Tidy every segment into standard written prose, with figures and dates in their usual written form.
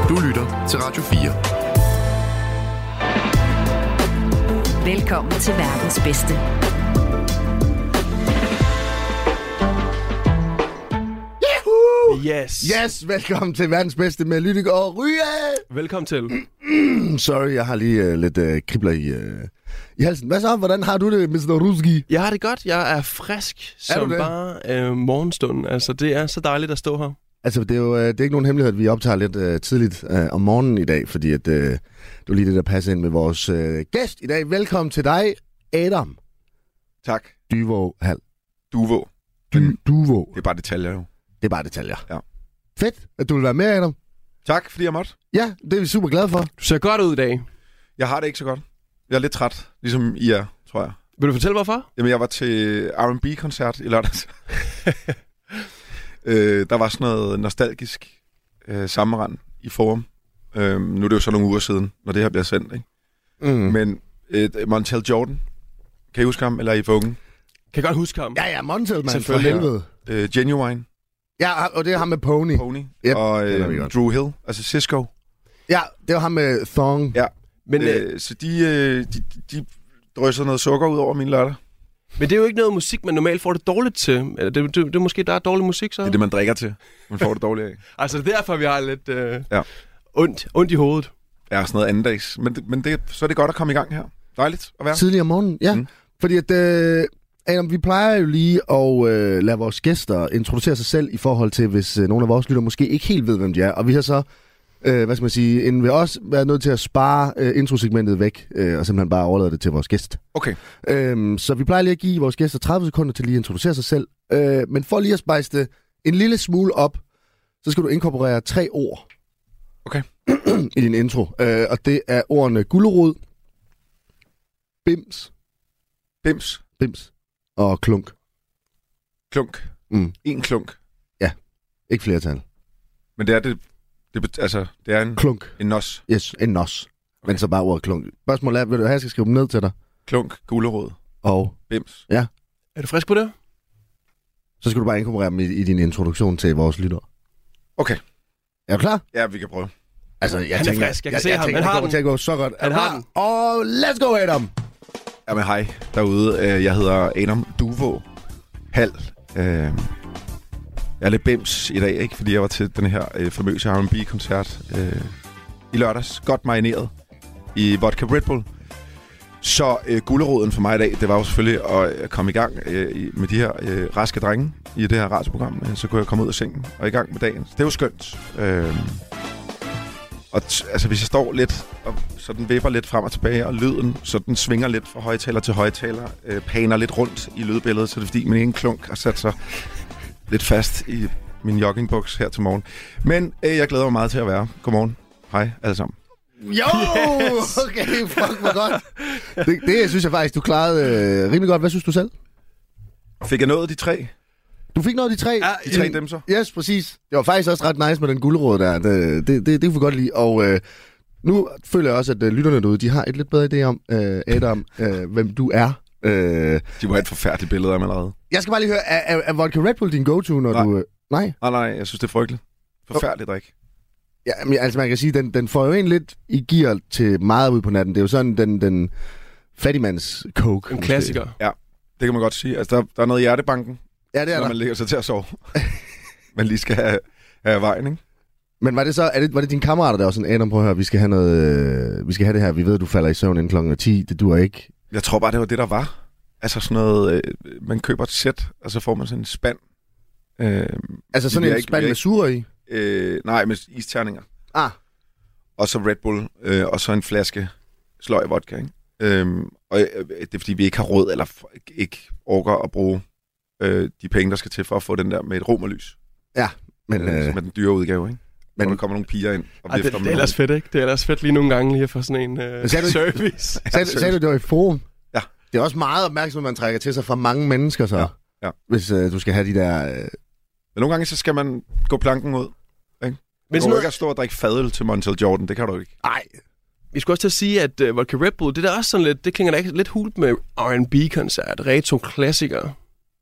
Du lytter til Radio 4. Velkommen til verdens bedste. Yes, velkommen til verdens bedste med Lydik og Ryge. Velkommen til. Sorry, jeg har lige lidt kribler i halsen. Hvad så? Hvordan har du det, Mr. Ruski? Jeg har det godt. Jeg er frisk som bare morgenstunden. Altså, det er så dejligt at stå her. Altså, det er ikke nogen hemmelighed, at vi optager lidt tidligt om morgenen i dag, fordi at, det er lige det, der passer ind med vores gæst i dag. Velkommen til dig, Adam. Tak. Duvå Hal. Duvå. Duvå. Det er bare detaljer jo. Det er bare detaljer. Ja. Fedt, at du vil være med, Adam. Tak, fordi jeg måtte. Ja, det er vi super glade for. Du ser godt ud i dag. Jeg har det ikke så godt. Jeg er lidt træt, ligesom I er, tror jeg. Vil du fortælle, hvorfor? Jamen, jeg var til R&B-koncert i lørdags. Der var sådan noget nostalgisk sammenrend i Forum. Nu er det jo så nogle uger siden, når det her bliver sendt, ikke? Men Montel Jordan, kan I huske ham, eller er I for unge? Kan godt huske ham. Ja, Montel, mand, for helvede. Genuine. Ja, og det er ham med Pony. Yep, og Drew Hill, altså Cisco. Ja, det var ham med Thong. Ja, men, så de drysser noget sukker ud over min lørdag. Men det er jo ikke noget musik, man normalt får det dårligt til. Det er måske, der er dårlig musik, så? Det er det, man drikker til. Man får det dårligt af. Altså, det er derfor, vi har lidt ondt i hovedet. Ja, sådan noget andendags. Men så er det godt at komme i gang her. Dejligt at være. Tidligere om morgenen, ja. Fordi at, Adam, vi plejer jo lige at lade vores gæster introducere sig selv i forhold til, hvis nogle af vores lytter måske ikke helt ved, hvem de er. Og vi har så, inden vi også været nødt til at spare introsegmentet væk, og simpelthen bare overlade det til vores gæst. Okay. Så vi plejer lige at give vores gæster 30 sekunder til lige at introducere sig selv. Men for lige at spejse det en lille smule op, så skal du inkorporere 3 ord. Okay. I din intro. Og det er ordene gulerod, bims og klunk. Klunk. En klunk. Ja, ikke flertal. Men det er en... Klunk. En nos. Yes, en nos. Okay. Men så bare ordet klunk. Spørgsmålet er, vil du have, jeg skal skrive dem ned til dig? Klunk, gulerod og bims. Ja. Er du frisk på det? Så skal du bare inkorporere dem i din introduktion til vores lytter. Okay. Er du klar? Ja, vi kan prøve. Altså, han er frisk, jeg kan se ham. Han har den. Til at gå så godt. Han har den. Og let's go, Adam! Jamen hej derude. Jeg hedder Adam Duvå Hal. Jeg er lidt bims i dag, ikke? Fordi jeg var til den her famøse R&B-koncert i lørdags. Godt marineret i vodka Red Bull. Så guleroden for mig i dag, det var jo selvfølgelig at komme i gang med de her raske drenge i det her radioprogram. Så kunne jeg komme ud af sengen og i gang med dagen. Så det er jo skønt. Og altså, hvis jeg står lidt, og så den vipper lidt frem og tilbage, og lyden, så den svinger lidt fra højtaler til højtaler, paner lidt rundt i lydbilledet, så det er fordi, min egen klunk har sat sig lidt fast i min joggingbuks her til morgen. Men jeg glæder mig meget til at være. Godmorgen. Hej alle sammen. Jo! Yes! Okay, fuck, hvor godt. Det synes jeg faktisk, du klarede rimelig godt. Hvad synes du selv? Fik jeg nået de 3? Du fik noget af de 3? Ja, de 3 dem så. Yes, præcis. Det var faktisk også ret nice med den gulerod der. Det kunne vi godt lide. Og nu føler jeg også, at lytterne derude, de har et lidt bedre idé om, Adam, hvem du er. De må have et forfærdeligt billede af mig allerede. Jeg skal bare lige høre, er vodka Red Bull din go-to, når du... Nej? Nej, jeg synes, det er frygteligt. Forfærdeligt drik. Ja, men altså man kan sige, den får jo en lidt i gear til meget ud på natten. Det er jo sådan den fattigmands coke. En klassiker. Ja, det kan man godt sige. Altså, der er noget i hjertebanken, ja, det er når man ligger sig til at sove. Man lige skal have vejen, ikke? Men var det dine kammerater, der var sådan, Adam, prøv at høre, vi skal have det her. Vi ved, at du falder i søvn inden klokken 10. Det duer ikke. Jeg tror bare, det var det, der var. Altså sådan noget, man køber et sæt, og så får man sådan en spand. Altså sådan en spand med suger i? Nej, med isterninger. Og så Red Bull, og så en flaske sløj vodka, ikke? Og det er fordi, vi ikke har råd, eller ikke orker at bruge de penge, der skal til for at få den der med et romerlys. Ja, men... med den dyre udgave, ikke? Men der kommer nogle piger ind og det er ellers fedt, ikke? Det er ellers fedt lige nogle gange lige at få sådan en service. Sagde du, det var i Forum? Ja. Det er også meget opmærksomhed, man trækker til sig fra mange mennesker, så. Ja. Hvis du skal have de der... Men nogle gange, så skal man gå planken ud, ikke? Men du kan ikke stå og drikke fadøl til Montel Jordan, det kan du ikke. Nej. Vi skulle også til at sige, at vodka Red Bull, det der også sådan lidt, det klinger da ikke lidt hult med R&B-koncert, retro-klassiker.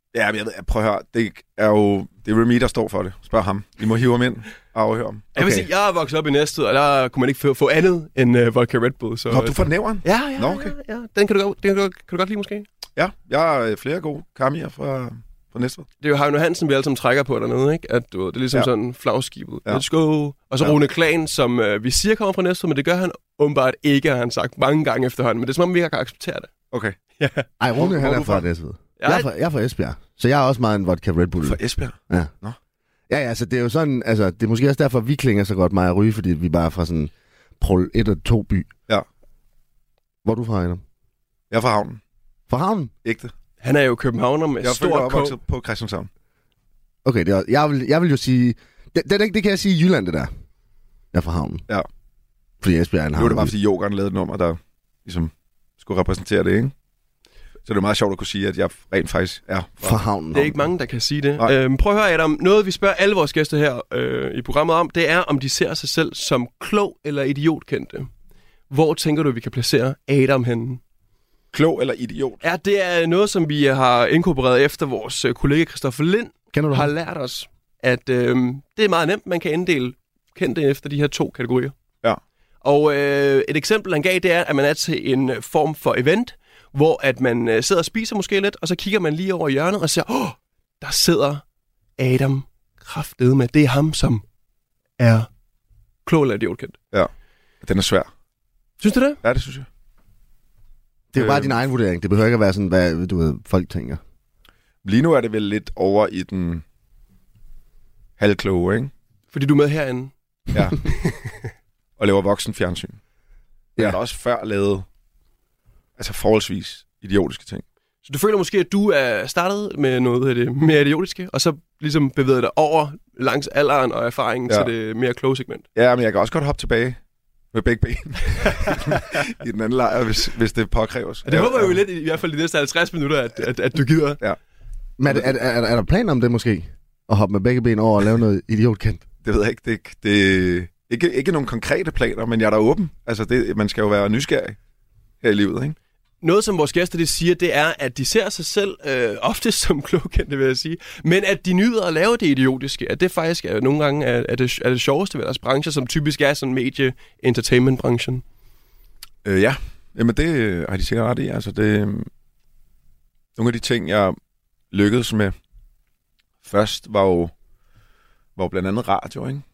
Ja, men prøv at høre. Det er Remy, der står for det. Spørg ham. Vi må hive ham ind og afhøre ham. Okay. Jeg vil sige, jeg er vokset op i Næstved, og der kunne man ikke få andet end vodka Red Bull. Så, nå, du får nævren? Ja. Nå, okay. Ja. Den kan du godt lide måske? Ja, jeg har flere gode karmier fra Næstved. Det er jo Heino Hansen, vi alle sammen trækker på dernede, ikke? At det er ligesom sådan flagskibet. Ja. Let's go. Og så Rune Klan, som vi siger kommer fra Næstved, men det gør han åbenbart ikke, har han sagt mange gange efterhånden. Men det er som om, vi ikke kan acceptere det. Okay. Ja. Ej, Rune, han er fra Næstved. Jeg er fra Esbjerg, så jeg er også meget en vodka Red Bull. Fra Esbjerg? Ja. Nå. Ja, så det er jo sådan, altså, det er måske også derfor, vi klinger så godt mig og Ryge, fordi vi bare er fra sådan prol 1 og 2 by. Ja. Hvor er du fra, Adam? Jeg er fra havnen. Fra havnen? Ægte. Han er jo københavner med stor K. Jeg er opvokset på Christianshavn. Okay, jeg vil jo sige... Det kan jeg sige i Jylland, det der. Jeg er fra havnen. Ja. Fordi Esbjerg er en havn. Nu er det bare, fordi Jokeren lavede et nummer, der ligesom skulle repræsentere det, ikke? Så det er meget sjovt at kunne sige, at jeg rent faktisk er fra havnen. Det er ikke mange, der kan sige det. Prøv at høre, Adam. Noget, vi spørger alle vores gæster her i programmet om, det er, om de ser sig selv som klog eller idiotkendte. Hvor tænker du, vi kan placere Adam henne? Klog eller idiot? Ja, det er noget, som vi har inkorporeret efter vores kollega Christoffer Lind har lært os, at det er meget nemt. Man kan inddele kendte efter de her 2 kategorier. Ja. Og et eksempel, han gav, det er, at man er til en form for event, hvor at man sidder og spiser måske lidt, og så kigger man lige over hjørnet og siger, der sidder Adam kraftedeme. Det er ham, som er klog eller idiotkendt. Ja, den er svær. Synes du det? Ja, det synes jeg. Det er jo bare din egen vurdering. Det behøver ikke at være sådan, hvad du ved, folk tænker. Lige nu er det vel lidt over i den halvkloge, ikke? Fordi du er med herinde. Ja. Og laver voksen fjernsyn. Jeg har da også før lavet forholdsvis idiotiske ting. Så du føler måske, at du er startet med noget af det mere idiotiske, og så ligesom bevæget dig over langs alderen og erfaringen til det mere kloge segment? Ja, men jeg kan også godt hoppe tilbage med begge ben i den anden lejr, hvis det påkræves. Det håber jeg jo lidt, i hvert fald de næste 50 minutter, at du gider. Ja. Men er der planer om det måske? At hoppe med begge ben over og lave noget idiotkendt? Det ved jeg ikke. Det ikke nogen konkrete planer, men jeg er da åben. Altså, man skal jo være nysgerrig her i livet, ikke? Noget, som vores gæster siger, det er, at de ser sig selv ofte som klogkendte, vil jeg sige, men at de nyder at lave det idiotiske, at det faktisk er nogle gange er det sjoveste ved deres brancher, som typisk er sådan medie-entertainment-branchen. Ja, jamen det har de sikkert ret i. Altså, nogle af de ting, jeg lykkedes med først, var jo blandt andet radio, ikke?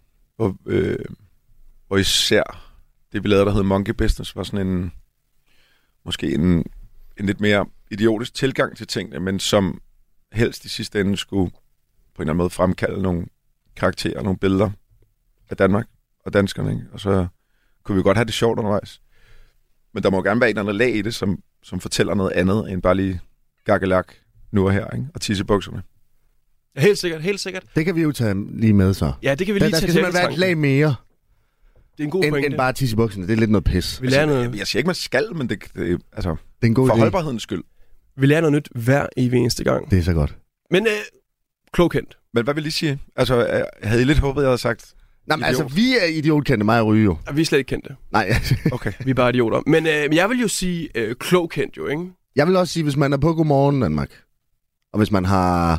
Og især det, vi lavede, der hed Monkey Business, var sådan måske en lidt mere idiotisk tilgang til tingene, men som helst i sidste ende skulle på en eller anden måde fremkalde nogle karakterer, nogle billeder af Danmark og danskerne, ikke? Og så kunne vi godt have det sjovt undervejs. Men der må gerne være en eller anden lag i det, som fortæller noget andet, end bare lige gakkelak nu og her, ikke? Og tissebukserne. Ja, helt sikkert. Det kan vi jo tage lige med så. Ja, det kan vi lige tage. Der skal simpelthen være et lag mere. Det er en god pointe. End bare tisse i bukserne. Det er lidt noget pis. Vi lærer noget. Jeg siger ikke, man skal, men det er en god for idé. holdbarhedens skyld. Vi lærer noget nyt hver eneste gang. Det er så godt. Men klogkendt. Men hvad vil I sige? Altså, havde I lidt håbet, jeg havde sagt nej, men altså, vi er idiotkendte, mig og Ryge jo. Og vi er slet ikke kendte. Nej. Okay. Vi er bare idioter. Men jeg vil jo sige klogkendt jo, ikke? Jeg vil også sige, hvis man er på Godmorgen Danmark, og hvis man har...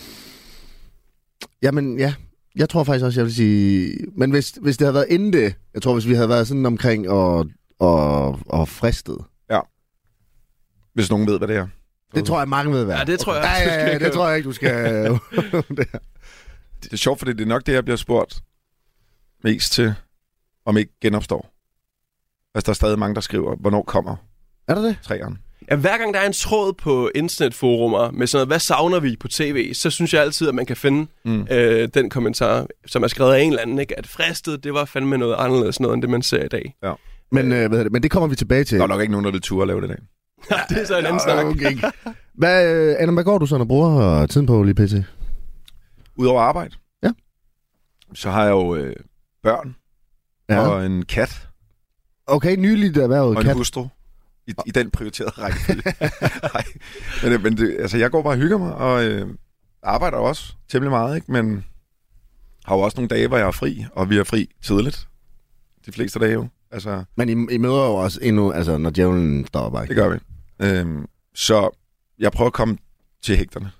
Jamen, ja. Jeg tror faktisk også, jeg vil sige... Men hvis det havde været inden det... Jeg tror, hvis vi havde været sådan omkring og fristet. Ja. Hvis nogen ved, hvad det er. Det tror jeg, mange ved, hvad. Ja, det tror jeg. Ja, det tror jeg ikke, du skal... Det er sjovt, fordi det er nok det, jeg bliver spurgt mest til, om ikke genopstår. Altså, der er stadig mange, der skriver, hvornår kommer er der det? træerne. Ja, hver gang der er en tråd på internetforumer med sådan noget, hvad savner vi på tv, så synes jeg altid, at man kan finde den kommentar, som er skrevet af en eller anden, ikke? At fristet, det var fandme noget anderledes noget, end det man ser i dag. Ja. Men det kommer vi tilbage til. Der er nok ikke nogen, der vil ture at lave det i dag. Det er så en anden snak. Okay. Hvad går du så, når bruger tiden på lige pt? Udover arbejde? Ja. Så har jeg jo børn og en kat. Okay, nyligt erhvervet og kat. En hustru. I den prioriterede rækkefølge. men altså, jeg går bare og hygger mig, og arbejder også temmelig meget, ikke? Men har jo også nogle dage, hvor jeg er fri, og vi er fri tidligt. De fleste dage jo. Altså, men I møder jo også endnu, altså, når djævlen står bare. Det gør vi. Så jeg prøver at komme til hægterne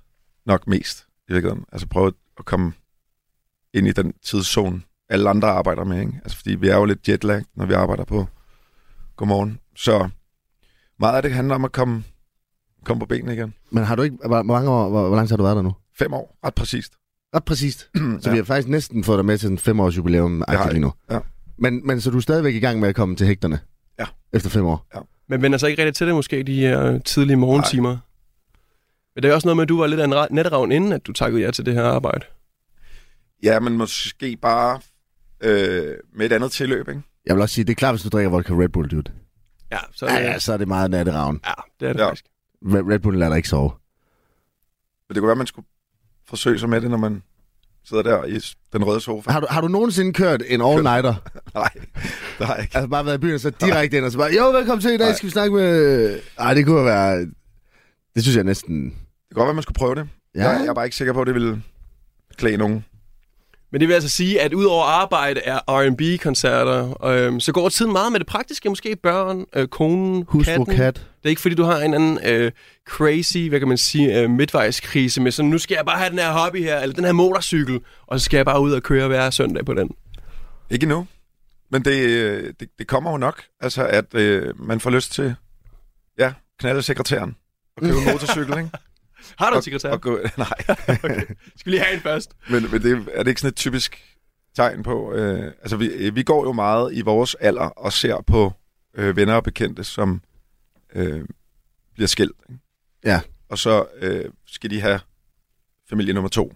nok mest i virkeligheden. Altså prøve at komme ind i den tidszone, alle andre arbejder med, ikke? Altså fordi vi er jo lidt jetlag, når vi arbejder på godmorgen. Så meget af det handler om at komme på benene igen. Men har du ikke... Hvor mange år, hvor lang tid har du været der nu? 5 år, ret præcist. Ret præcist. Så vi har faktisk næsten fået dig med til en 5-års jubilæum lige nu. Ja. Men så du er stadigvæk i gang med at komme til hægterne? Ja. Efter 5 år? Ja. Men vender så ikke rigtig til det måske, de her tidlige morgentimer? Nej. Men det er også noget med, at du var lidt af en netteravn, inden at du takkede jer til det her arbejde. Ja, men måske bare med et andet tilløb, ikke? Jeg vil også sige, det er klart, hvis du drikker vodka Red Bull, dude. Ja, så er det, så er det meget natteravn. Ja, det er det faktisk. Red Bull lader dig ikke sove. Men det kunne være, at man skulle forsøge sig med det, når man sidder der i den røde sofa. Har du nogensinde kørt en all-nighter? Nej, det har jeg ikke. Altså bare været i byen og så direkte ind og så bare, jo, velkommen til i dag, skal vi snakke med... Ej, det kunne være... Det synes jeg næsten... Det kan godt være, at man skulle prøve det. Ja. Jeg er bare ikke sikker på, at det ville klæde nogen. Men det vil altså sige, at udover arbejde er R&B-koncerter, så går tiden meget med det praktiske, måske børn, konen, husfru, kat. Det er ikke fordi, du har en anden crazy, hvad kan man sige, midtvejskrise med sådan, nu skal jeg bare have den her hobby her, eller den her motorcykel, og så skal jeg bare ud og køre hver søndag på den. Ikke endnu. Men det kommer jo nok, altså at man får lyst til, knalde sekretæren og købe en motorcykel, ikke? Har du en sekretær? Nej. Okay. Skal vi lige have en først? Men det, er det ikke sådan et typisk tegn på... altså, vi går jo meget i vores alder og ser på venner og bekendte, som bliver skilt. Ikke? Ja. Og så skal de have familie nummer 2.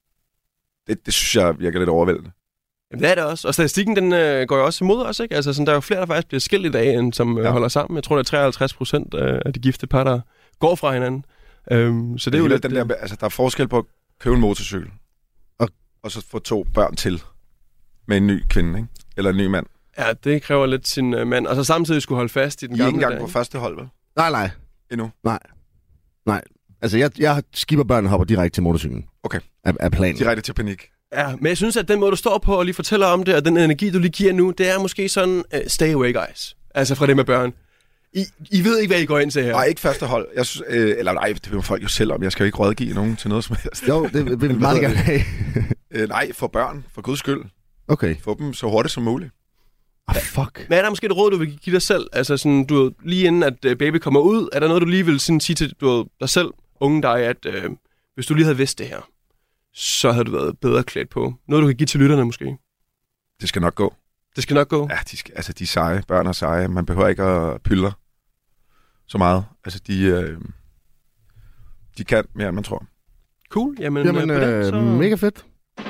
Det synes jeg virker lidt overvældende. Jamen, det er det også. Og statistikken, den går jo også imod os, ikke? Altså, sådan, der er jo flere, der faktisk bliver skilt i dag, end som holder sammen. Jeg tror, det er 53% af de gifte par, der går fra hinanden. Så det er jo lidt... Den der, altså, der er forskel på at købe en motorcykel og så få 2 børn til med en ny kvinde, ikke? Eller en ny mand. Ja, det kræver lidt sin mand. Og så samtidig skulle holde fast i den gamle I er ikke engang der, på første hold, vel? Nej. Endnu? Nej. Altså, jeg skipper børn og hopper direkte til motorcyklen. Okay. Af planen. Direkte til panik. Ja, men jeg synes, at den måde, du står på og lige fortæller om det, og den energi, du lige giver nu, det er måske sådan, stay away, guys. Altså fra det med børn. I ved ikke, hvad I går ind til her. Nej, ikke første hold. Jeg synes, eller nej, det vil folk jo selv om. Jeg skal jo ikke rådgive nogen til noget som helst. Jo, det vil vi meget gerne have. Nej, for børn. For guds skyld. Okay. Få dem så hurtigt som muligt. Fuck. Men er der måske et råd, du vil give dig selv? Altså sådan, du ved, lige inden at baby kommer ud, er der noget, du lige vil sådan sige til dig selv, unge dig, at hvis du lige havde vidst det her, så havde du været bedre klædt på? Noget, du kan give til lytterne måske? Det skal nok gå. Det skal nok gå? Ja, de er seje. Børn er seje. Man behøver ikke at pylre så meget. Altså, de kan mere, end man tror. Cool. Jamen så... mega fedt.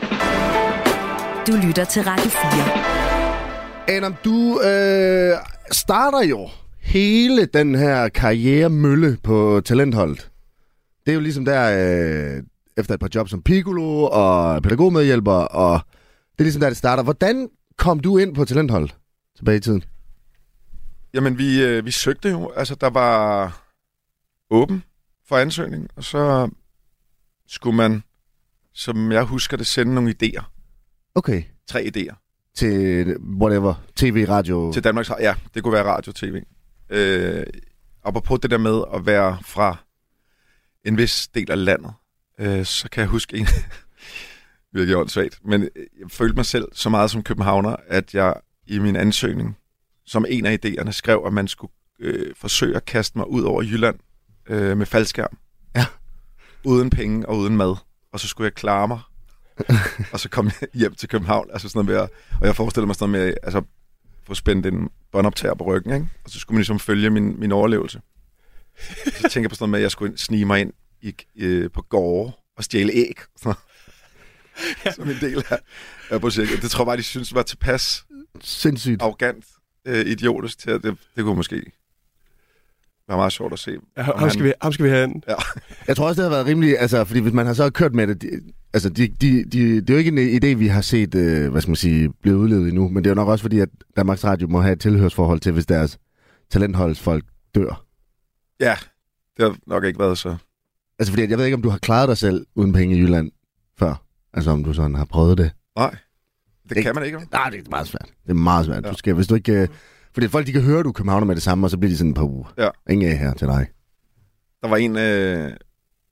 Du lytter til Radio 4. Adam, du starter jo hele den her karrieremølle på talentholdet. Det er jo ligesom der, efter et par jobs som piccolo og pædagogmedhjælper, og det er ligesom der, det starter. Hvordan kom du ind på talentholdet tilbage i tiden? Jamen, vi søgte jo. Altså, der var åben for ansøgning, og så skulle man, som jeg husker det, sende nogle idéer. Okay. 3 idéer. Til whatever, tv, radio? Til Danmarks Radio. Ja, det kunne være radio, tv. Og på det der med at være fra en vis del af landet, så kan jeg huske en... virkelig åndssvagt. Men jeg følte mig selv så meget som københavner, at jeg i min ansøgning, som en af idéerne, skrev, at man skulle forsøge at kaste mig ud over Jylland med faldskærm. Ja. Uden penge og uden mad. Og så skulle jeg klare mig. Og så kom jeg hjem til København. Altså sådan noget med, og jeg forestiller mig sådan noget med, altså få spændt en båndoptager på ryggen, ikke? Og så skulle man ligesom følge min overlevelse. Så tænker jeg på sådan noget med, at jeg skulle snige mig ind på gårde og stjæle æg. Som en del af projektet. Det tror jeg bare, de synes var tilpas sindssygt arrogant, idiotisk til, at det kunne måske være meget sjovt at se. Ja, ham skal vi have ind. Ja. Jeg tror også, det har været rimeligt, altså, fordi hvis man har så kørt med det, det er jo ikke en idé, vi har set, hvad skal man sige, blive udlevet endnu, men det er jo nok også fordi, at Danmarks Radio må have et tilhørsforhold til, hvis deres talentholdsfolk dør. Ja, det har nok ikke været så. Altså, fordi jeg ved ikke, om du har klaret dig selv uden penge i Jylland før. Altså, om du sådan har prøvet det. Nej, det kan man ikke. Nej, det er meget svært. Det er meget svært. Ja. Du skal, hvis du ikke... Fordi folk, de kan høre, at du københavner med det samme, og så bliver de sådan på ingen af her til dig. Der var en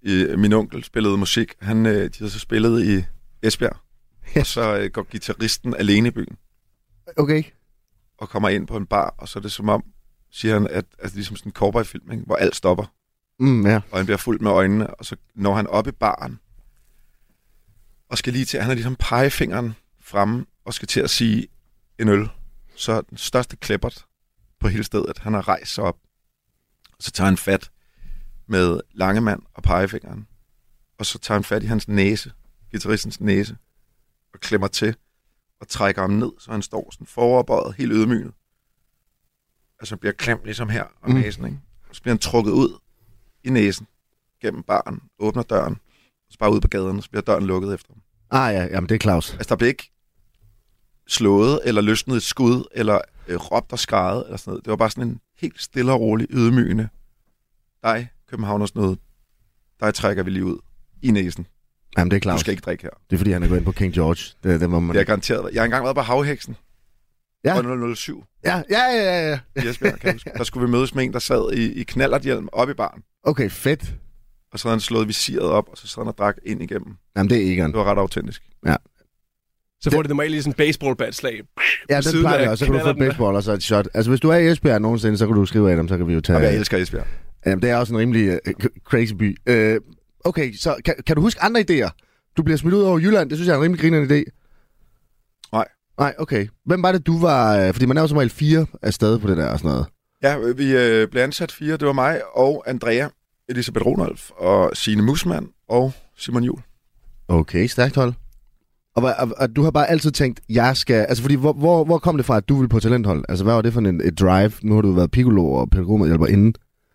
Min onkel spillede musik. De havde så spillet i Esbjerg. Og så går guitaristen alene i byen. Okay. Og kommer ind på en bar, og så er det som om, siger han, at det er ligesom sådan en cowboy-film, ikke? Hvor alt stopper. Ja. Og han bliver fuldt med øjnene, og så når han op i baren, og skal lige til, han har ligesom pegefingeren fremme, og skal til at sige en øl. Så den største klippert på hele stedet, han har rejst sig op. Og så tager han fat med Langemand og pegefingeren. Og så tager han fat i hans næse, guitaristens næse, og klemmer til, og trækker ham ned, så han står sådan foroverbøjet, helt ydmyget. Altså bliver klemt ligesom her om næsen, ikke? Og så bliver han trukket ud i næsen, gennem baren, åbner døren, og så bare ud på gaden, og så bliver døren lukket efter ham. Ja, jamen det er Claus. Altså der blev ikke slået, eller løsnet et skud, eller råbt og skrædet, eller sådan noget. Det var bare sådan en helt stille og rolig, ydmygende. Dig, Københavners noget, dig trækker vi lige ud i næsen. Jamen det er Claus. Du skal ikke drikke her. Det er fordi, han er gået ind på King George. Det må man... Det er garanteret. Jeg har engang været på Havheksen. Ja. På 007. Ja. I Esbjerg, kan jeg huske. Der skulle vi mødes med en, der sad i knallerthjelm oppe i baren. Okay, fedt. Og så havde han slået visiret op, og så sad han og drak ind igennem. Jamen det er Egon. Det var ret autentisk. Ja. Så får det normalt lige sådan en baseball-bat-slag. Ja, den plejer jeg også. Så kan du få et baseball og så et shot. Altså hvis du er i Esbjerg nogensinde, så kan du skrive af dem, så kan vi jo tage... Og jeg elsker Esbjerg. Jamen det er også en rimelig crazy by. Okay, så kan du huske andre idéer? Du bliver smidt ud over Jylland, det synes jeg er en rimelig grinerende idé. Nej, okay. Hvem var det, du var... Fordi man er jo som regel 4 afsted på det der og sådan noget. Ja, vi blev ansat 4. Det var mig og Andrea, Elisabeth Ronolf og Signe Musmann og Simon Juhl. Okay, stærkt hold. Og du har bare altid tænkt, jeg skal... Altså, fordi hvor kom det fra, at du ville på talenthold? Altså, hvad var det for et drive? Nu har du været piccolo og pædagogmedhjælper inden.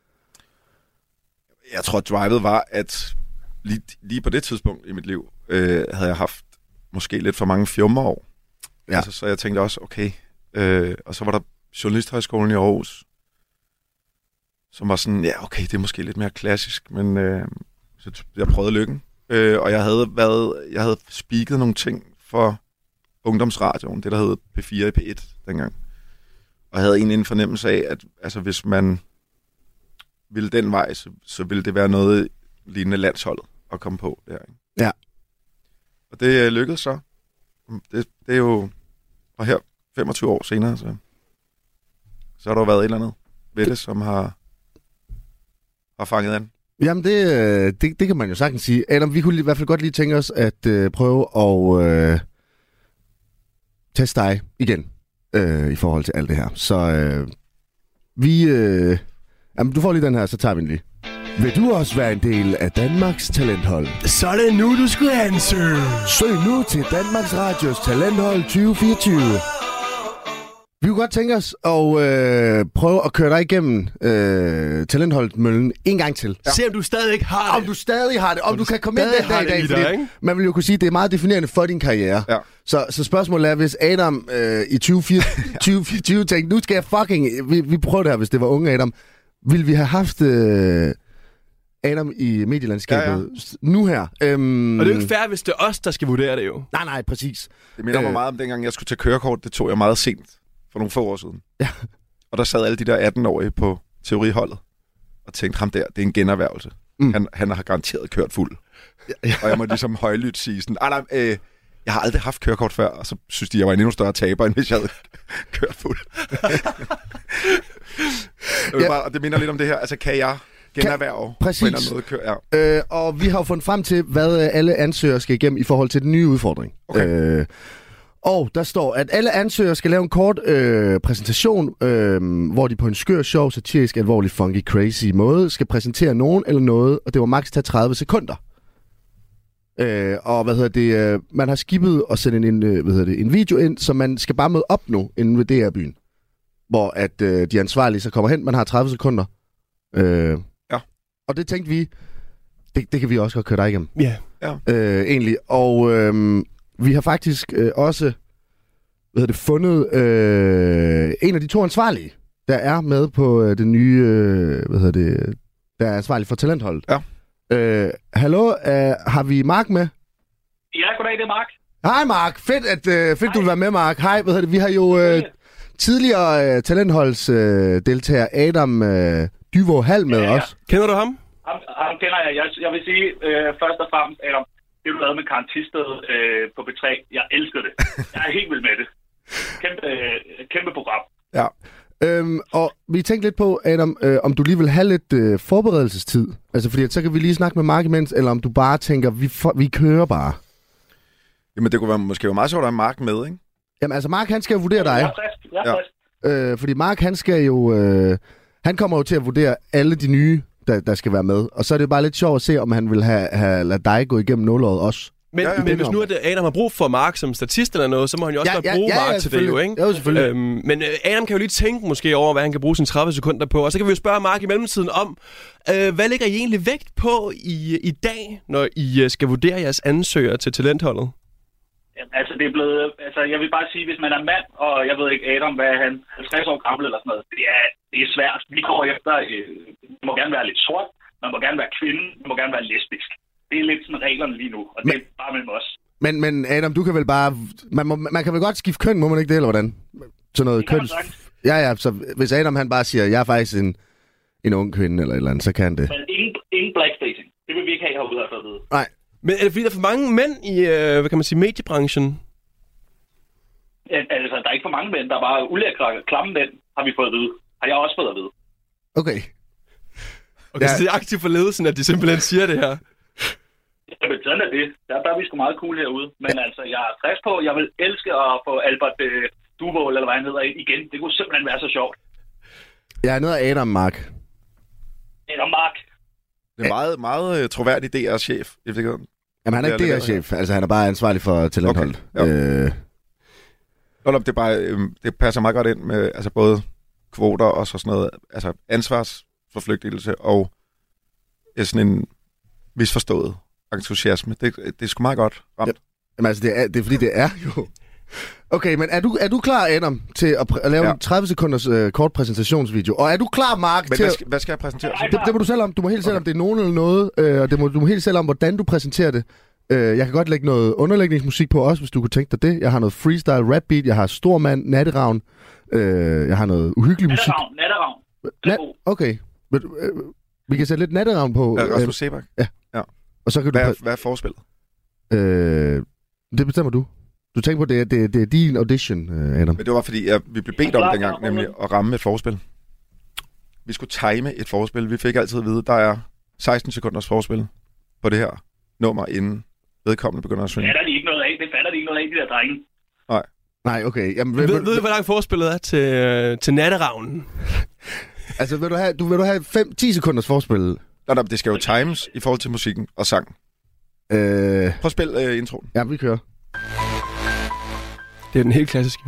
Jeg tror, drivet var, at lige på det tidspunkt i mit liv, havde jeg haft måske lidt for mange fjummerår. Ja. Altså, så jeg tænkte også, okay. Og så var der Journalisthøjskolen i Aarhus, som var sådan, ja, okay, det er måske lidt mere klassisk, men så jeg prøvede lykken. Og jeg havde speaket nogle ting for ungdomsradioen, det der hed P4 i P1 dengang. Og jeg havde egentlig en fornemmelse af, at altså, hvis man ville den vej, så ville det være noget lignende landsholdet at komme på der. Ikke? Ja. Og det lykkedes så. Det er jo... Og her 25 år senere, så har der jo været et eller andet ved det, som har fanget an. Jamen, det kan man jo sagtens sige. Adam, vi kunne i hvert fald godt lige tænke os at prøve at teste dig igen i forhold til alt det her. Så jamen, du får lige den her, så tager vi den lige. Vil du også være en del af Danmarks Talenthold? Så er det nu, du skal ansøge. Søg nu til Danmarks Radios Talenthold 2024. Vi kunne godt tænke os at prøve at køre dig igennem talentholdmøllen en gang til. Ja. Se om du stadig har det. Om du stadig har det. Om du kan komme ind den dag i dag. Fordi man vil jo kunne sige, at det er meget definerende for din karriere. Ja. Så spørgsmålet er, hvis Adam i 2024 tænkte, nu skal jeg fucking... Vi prøver det her, hvis det var unge Adam. Ville vi have haft... Adam i medielandskabet nu her. Og det er jo ikke fair, hvis det er os, der skal vurdere det jo. Nej, præcis. Det minder mig meget om dengang, jeg skulle tage kørekort. Det tog jeg meget sent for nogle få år siden. Ja. Og der sad alle de der 18-årige på teoriholdet og tænkte, ham der, det er en generhvervelse. Han har garanteret kørt fuld. Ja. Og jeg må ligesom højlydt sige sådan, jeg har aldrig haft kørekort før, og så synes de, jeg var en endnu større taber, end hvis jeg havde kørt fuld. Og det minder lidt om det her, altså kan jeg generhverv på en eller anden måde. Og vi har jo fundet frem til, hvad alle ansøgere skal igennem i forhold til den nye udfordring. Okay. Og der står, at alle ansøgere skal lave en kort præsentation, hvor de på en skør, sjov, satirisk, alvorlig, funky, crazy måde skal præsentere nogen eller noget, og det var maks tage 30 sekunder. Og man har skippet og sendt en video ind, så man skal bare møde op nu inden ved DR-byen, hvor at de ansvarlige så kommer hen, man har 30 sekunder. Og det tænkte vi, det kan vi også godt køre dig igennem. Ja. Egentlig. Og vi har faktisk også fundet en af de 2 ansvarlige, der er med på det nye, der er ansvarlig for talentholdet. Ja. Hallo, har vi Mark med? Ja, goddag, det er Mark. Hej Mark, fedt du vil være med, Mark. Hej, vi har jo tidligere talentholdsdeltager Adam Dyvo Hall med os. Kender du ham? Ham kender jeg. Jeg vil sige, først og fremmest, Adam, det du lavede med Karen Thisted på B3, jeg elsker det. Jeg er helt vild med det. Kæmpe program. Ja. Og vi tænkte lidt på, Adam, om du lige vil have lidt forberedelsestid. Altså, fordi så kan vi lige snakke med Mark imens, eller om du bare tænker, vi kører bare. Jamen, det kunne måske være meget sjovt at have Mark med, ikke? Jamen, altså, Mark, han skal jo vurdere dig. Jeg er frisk. Fordi Mark, han skal jo... han kommer jo til at vurdere alle de nye, der skal være med. Og så er det bare lidt sjovt at se, om han vil have lade dig gå igennem nålåret også. Men hvis nu Adam har brug for Mark som statist eller noget, så må han jo også godt bruge Mark til det jo, ikke? Ja, selvfølgelig. Men Adam kan jo lige tænke måske over, hvad han kan bruge sine 30 sekunder på. Og så kan vi jo spørge Mark i mellemtiden om, hvad lægger I egentlig vægt på i dag, når I skal vurdere jeres ansøgere til talentholdet? Altså, det er blevet... Altså, jeg vil bare sige, hvis man er mand, og jeg ved ikke, Adam, hvad er han? 50 år gammel eller sådan noget. Det er svært. Vi går efter... Det må gerne være lidt sort. Man må gerne være kvinde. Det må gerne være lesbisk. Det er lidt sådan reglerne lige nu, og det er bare mellem os. Men Adam, du kan vel bare... Man kan vel godt skifte køn, må man ikke det, eller hvordan? Sådan noget køn... Ja, så hvis Adam han bare siger, jeg er faktisk en ung kvinde, eller et eller andet, så kan han det. Men ingen blackfacing. Det vil vi ikke have herude for at vide. Nej. Men er det fordi, der er for mange mænd i, hvad kan man sige, mediebranchen? Ja, altså, der er ikke for mange mænd. Der er bare ulækre, klamme mænd, har vi fået at vide. Har jeg også fået at vide. Okay. Okay, så det er aktivt for ledelsen, at de simpelthen siger det her. Ja, men sådan er det. Der er vi sgu meget cool herude. Men altså, jeg er frisk på. Jeg vil elske at få Albert Duvold, eller hvad han hedder, igen. Det kunne simpelthen være så sjovt. Jeg er nede af Adam Mark. Adam Mark. Det er meget, meget troværdig DR-chef. Jamen, han er ikke DR-chef. Altså, han er bare ansvarlig for talentholdet. Okay. Det er bare, det passer meget godt ind med altså både kvoter og så sådan noget. Altså ansvarsforflygtigelse og sådan en misforstået entusiasme. Det er sgu meget godt ramt. Ja. Jamen, altså, det er fordi, det er jo... Okay, men er du klar, Adam, til at lave en 30 sekunders kort præsentationsvideo? Og er du klar, Mark, men til... Hvad skal jeg præsentere? Det må du selv om. Du må helt selv om, det er nogen eller noget. Og du må helt selv om, hvordan du præsenterer det. Jeg kan godt lægge noget underlægningsmusik på også, hvis du kunne tænke dig det. Jeg har noget freestyle rap beat. Jeg har Stormand, Natteravn. Jeg har noget uhyggelig musik. Natteravn. Okay. Vi kan sætte lidt Natteravn på. Rasmus Sebak? Ja. Og så kan hvad er forspillet? Det bestemmer du. Du tænker på, det er din audition, Adam. Men det var fordi, vi blev bedt om dengang, nemlig at ramme et forspil. Vi skulle time et forspil. Vi fik altid at vide, der er 16 sekunders forspil på det her nummer, inden vedkommende begynder at synge. Det fatter de ikke noget af, de der drenge. Nej, okay. Jamen, ved du, hvor langt forspillet er til Natteravnen? Altså, vil du have 10 sekunders forspil? Nej, det skal jo times i forhold til musikken og sang. Prøv at spille introen. Ja, vi kører. Det er den helt klassiske.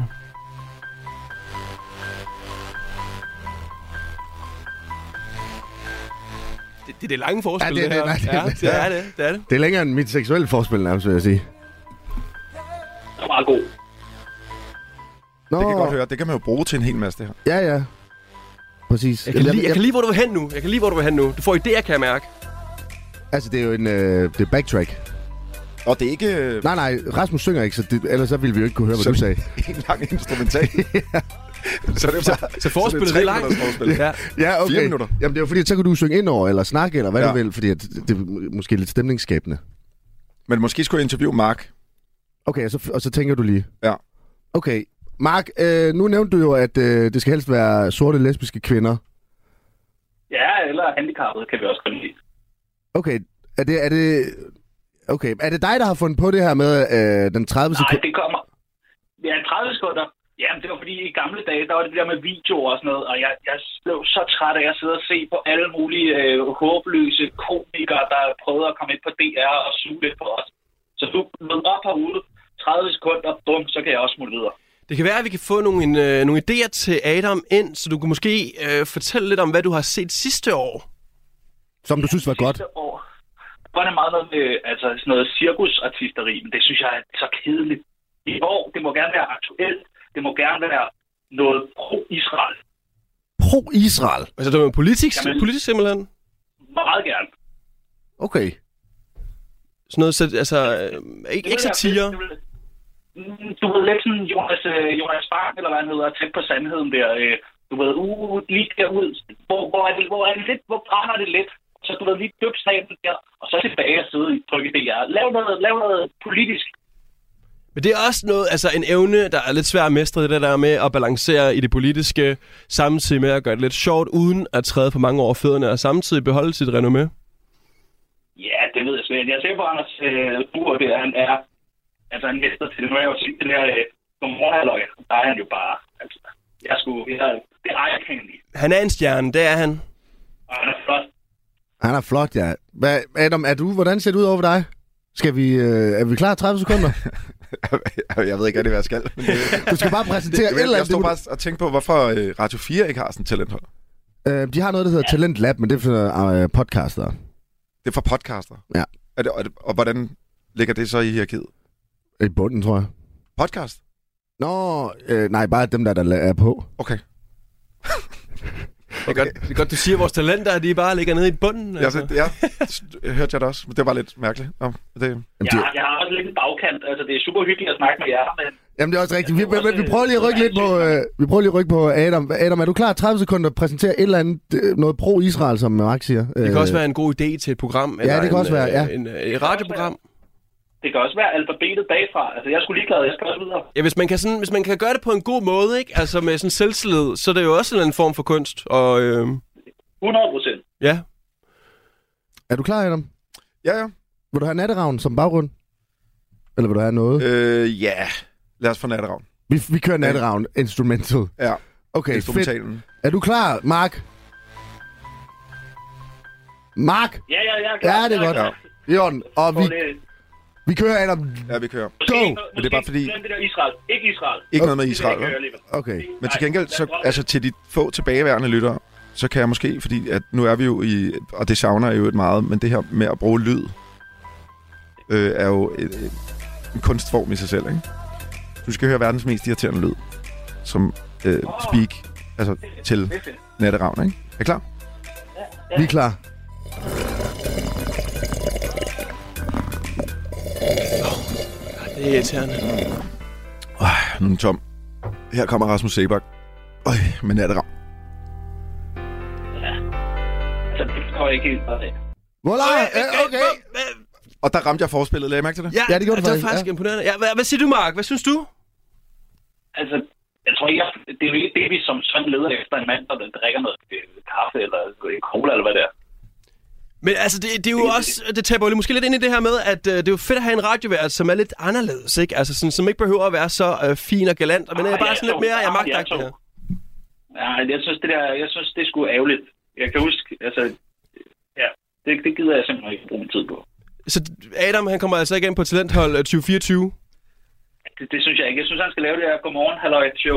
Det er det lange forspil, det her. Det er det. Det er længere end mit seksuelle forspil, nærmest, vil jeg sige. Det er meget god. Det kan jeg godt høre. Det kan man jo bruge til en hel masse, det her. Ja. Præcis. Jeg kan lide, hvor du vil hen nu. Du får idéer, kan jeg mærke. Altså, det er jo det er backtrack. Og det er ikke... Nej, Rasmus synger ikke, ellers så ville vi jo ikke kunne høre, hvad du sagde. En lang instrumental. Så forspillet er langt. Ja, okay. 4 minutter. Jamen, det er jo fordi, så kan du synge ind over, eller snakke, eller hvad du vil, fordi det er måske lidt stemningsskabende. Men måske skulle jeg interviewe Mark. Okay, og så tænker du lige. Ja. Okay, Mark, nu nævnte du jo, at det skal helst være sorte lesbiske kvinder. Ja, eller handicappede kan vi også godt lide. Okay, er det dig, der har fundet på det her med den 30 sekunder? Nej, det kommer... Ja, 30 sekunder. Jamen, det var fordi i gamle dage, der var det der med videoer og sådan noget, og jeg blev så træt af at sidde og se på alle mulige håbløse komikere, der prøvede at komme ind på DR og suge lidt på os. Så du møder op herude, 30 sekunder, bum, så kan jeg også smutte videre. Det kan være, at vi kan få nogle idéer til Adam ind, så du kan måske fortælle lidt om, hvad du har set sidste år. Som du synes var godt? Sidste år var det meget noget med sådan noget cirkusartisteri, men det synes jeg er så kedeligt. I år, det må gerne være aktuelt. Det må gerne være noget pro-Israel. Pro-Israel? Altså, det var politisk simpelthen? Meget gerne. Okay. Sådan noget, ikke satire. Du ved lidt sådan Jonas Bang, eller hvad han hedder, tæt på sandheden der. Du ved, lige derud. Hvor er det lidt? Hvor brænder det lidt? så du ved lige døbt snablen der, og så tilbage og sidde i trykke DR. Lav noget politisk. Men det er også noget, altså en evne, der er lidt svær at mestre, det der med at balancere i det politiske, samtidig med at gøre det lidt sjovt, uden at træde for mange over fødderne, og samtidig beholde sit renommé. Ja, det ved jeg slet. Jeg ser på Anders Bur, det han er altså en mester til det. Nu har jeg jo set det der Godmorgenhalløj. Der er han jo bare, altså, det er ej-kendeligt. Han er en stjerne, det er han. Og han er flot. Han er flot, ja. Adam, hvordan ser det ud over for dig? Er vi klar 30 sekunder? Jeg ved ikke, hvad jeg skal. Men Du skal bare præsentere et eller andet. Jeg står bare og tænker på, hvorfor Radio 4 ikke har sådan et talenthold. De har noget, der hedder Talent Lab, men det er for podcaster. Det er for podcaster? Ja. Og hvordan ligger det så i hierarkiet? I bunden, tror jeg. Podcast? Nej, bare dem, der er på. Okay. Det er godt, du siger, at vores talenter, de bare ligger nede i bunden. Altså. Ja, hørte jeg det også. Det var lidt mærkeligt. Jeg har også lidt en bagkant. Altså, det er super hyggeligt at snakke med jer, men... Jamen, det er også rigtigt. Vi prøver lige at rykke lidt på... vi prøver lige at rykke på Adam. Adam, er du klar 30 sekunder at præsentere et eller andet, noget pro-Israel, som Mark siger? Det kan også være en god idé til et program. Ja, det kan også være, ja. Et radioprogram. Det kan også være alfabetet bagfra. Altså, jeg skulle ligeglad. Jeg skal også videre. Ja, hvis man kan gøre det på en god måde, ikke? Altså med sådan selvtillid, så er det jo også en form for kunst. Og, 100%. Ja. Er du klar, Adam? Ja. Vil du have Natteravn som baggrund? Eller vil du have noget? Ja. Lad os få Natteravn. Vi kører Natteravn instrumental. Ja. Okay, fedt. Er du klar, Mark? Mark? Ja, jeg er klar. Ja, det er godt. Ja. Jorden, og vi kører, Adam. Ja, vi kører. Go! Men det er bare fordi... Det der Israel. Ikke Israel. Ikke noget med Israel, vel? Okay. Men til gengæld, så, altså til de få tilbageværende lyttere, så kan jeg måske, fordi at nu er vi jo i... Og det savner jeg jo et meget, men det her med at bruge lyd, er jo en kunstform i sig selv, ikke? Du skal høre verdens mest irriterende lyd, som speak, altså til Natteravn, ikke? Er I klar? Ja. Vi er klar. Det er irriterende. Nu er den tom. Her kommer Rasmus Sebak. Med Natteravn. Ja. Så det går ikke helt bare det. Okay. Og der ramte jeg forspillet. Lagde I mærke til det? Ja, det gjorde det var faktisk imponerende. Ja, hvad siger du, Mark? Hvad synes du? Altså, jeg tror ikke, det er jo ikke det, vi som sådan leder efter en mand, der drikker noget kaffe eller cola eller hvad det er. Men altså, det er jo også, det taber jo måske lidt ind i det her med, at det er jo fedt at have en radiovært, som er lidt anderledes, ikke? Altså, sådan, som ikke behøver at være så fin og galant, men er bare sådan lidt mere, jeg magtagtig her. Ja, jeg synes, det er sgu ærgerligt. Jeg kan huske, altså, ja, det gider jeg simpelthen ikke bruge min tid på. Så Adam, han kommer altså ikke ind på Talenthold 2024? Det synes jeg ikke. Jeg synes, han skal lave det her Godmorgen-halløj-show.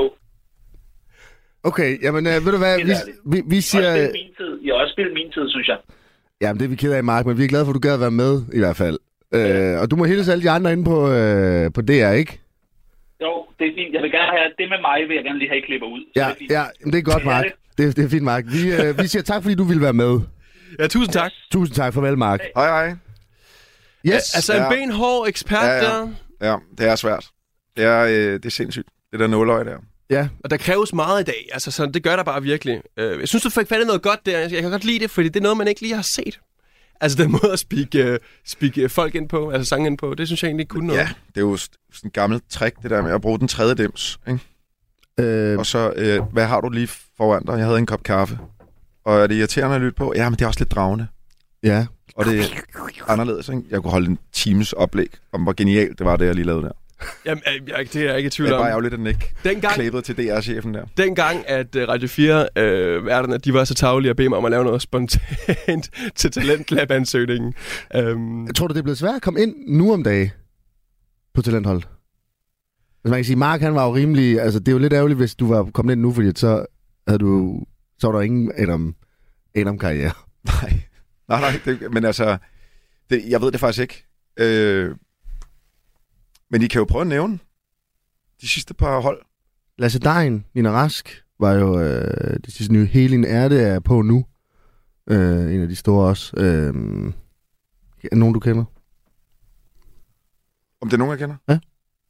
Okay, jamen ved du hvad, vi siger... Jeg har også spillet min tid, synes jeg. Jamen, det er vi ked af, Mark, men vi er glade for, at du gad at være med, i hvert fald. Og du må hilse alle de andre inde på DR, ikke? Jo, det er fint. Jeg vil gerne have det med mig, vil jeg gerne lige have klipper ud. Ja, det er godt, Mark. Det er fint, Mark. Vi siger tak, fordi du ville være med. Ja, tusind tak. Tusind tak. Farvel, Mark. Hej. Yes. Altså en benhård ekspert der. Ja, det er svært. Det er sindssygt. Det der nåløje der. Ja. Og der kræves meget i dag. Altså, så det gør der bare virkelig. Jeg synes, du fik fat i noget godt der. Jeg kan godt lide det, fordi det er noget, man ikke lige har set. Altså, den måde at speak folk ind på, altså sange ind på, det synes jeg egentlig kunne noget. Ja, det er jo sådan et gammelt trick, det der med at bruge den tredje dims, ikke? Og så, hvad har du lige foran dig? Jeg havde en kop kaffe. Og er det irriterende at lytte på? Ja, men det er også lidt dragende. Ja. Og det er anderledes, ikke? Jeg kunne holde en times oplæg om, hvor genialt det var, det jeg lige lavede der. Jamen, det er jeg ikke i tvivl om. Det er bare ærgerligt, at den ikke klæbede til DR-chefen der. Dengang, at Radio 4-værterne, de var så tavlige at bede mig om at lave noget spontant til Talentlab-ansøgningen. Tror du, det er blevet svært at komme ind nu om dagen på Talenthold? Altså, man kan sige, Mark, han var jo rimelig... Altså, det er jo lidt ærgerligt, hvis du var kommet ind nu, fordi så var der ingen Adam-karriere. Nej, men altså... jeg ved det faktisk ikke. Men I kan jo prøve at nævne de sidste par hold. Lasse Dein, Nina Rask, var jo det sidste nye. Helin Erde er på nu. En af de store også. Er nogen, du kender? Om det er nogen, jeg kender? Ja.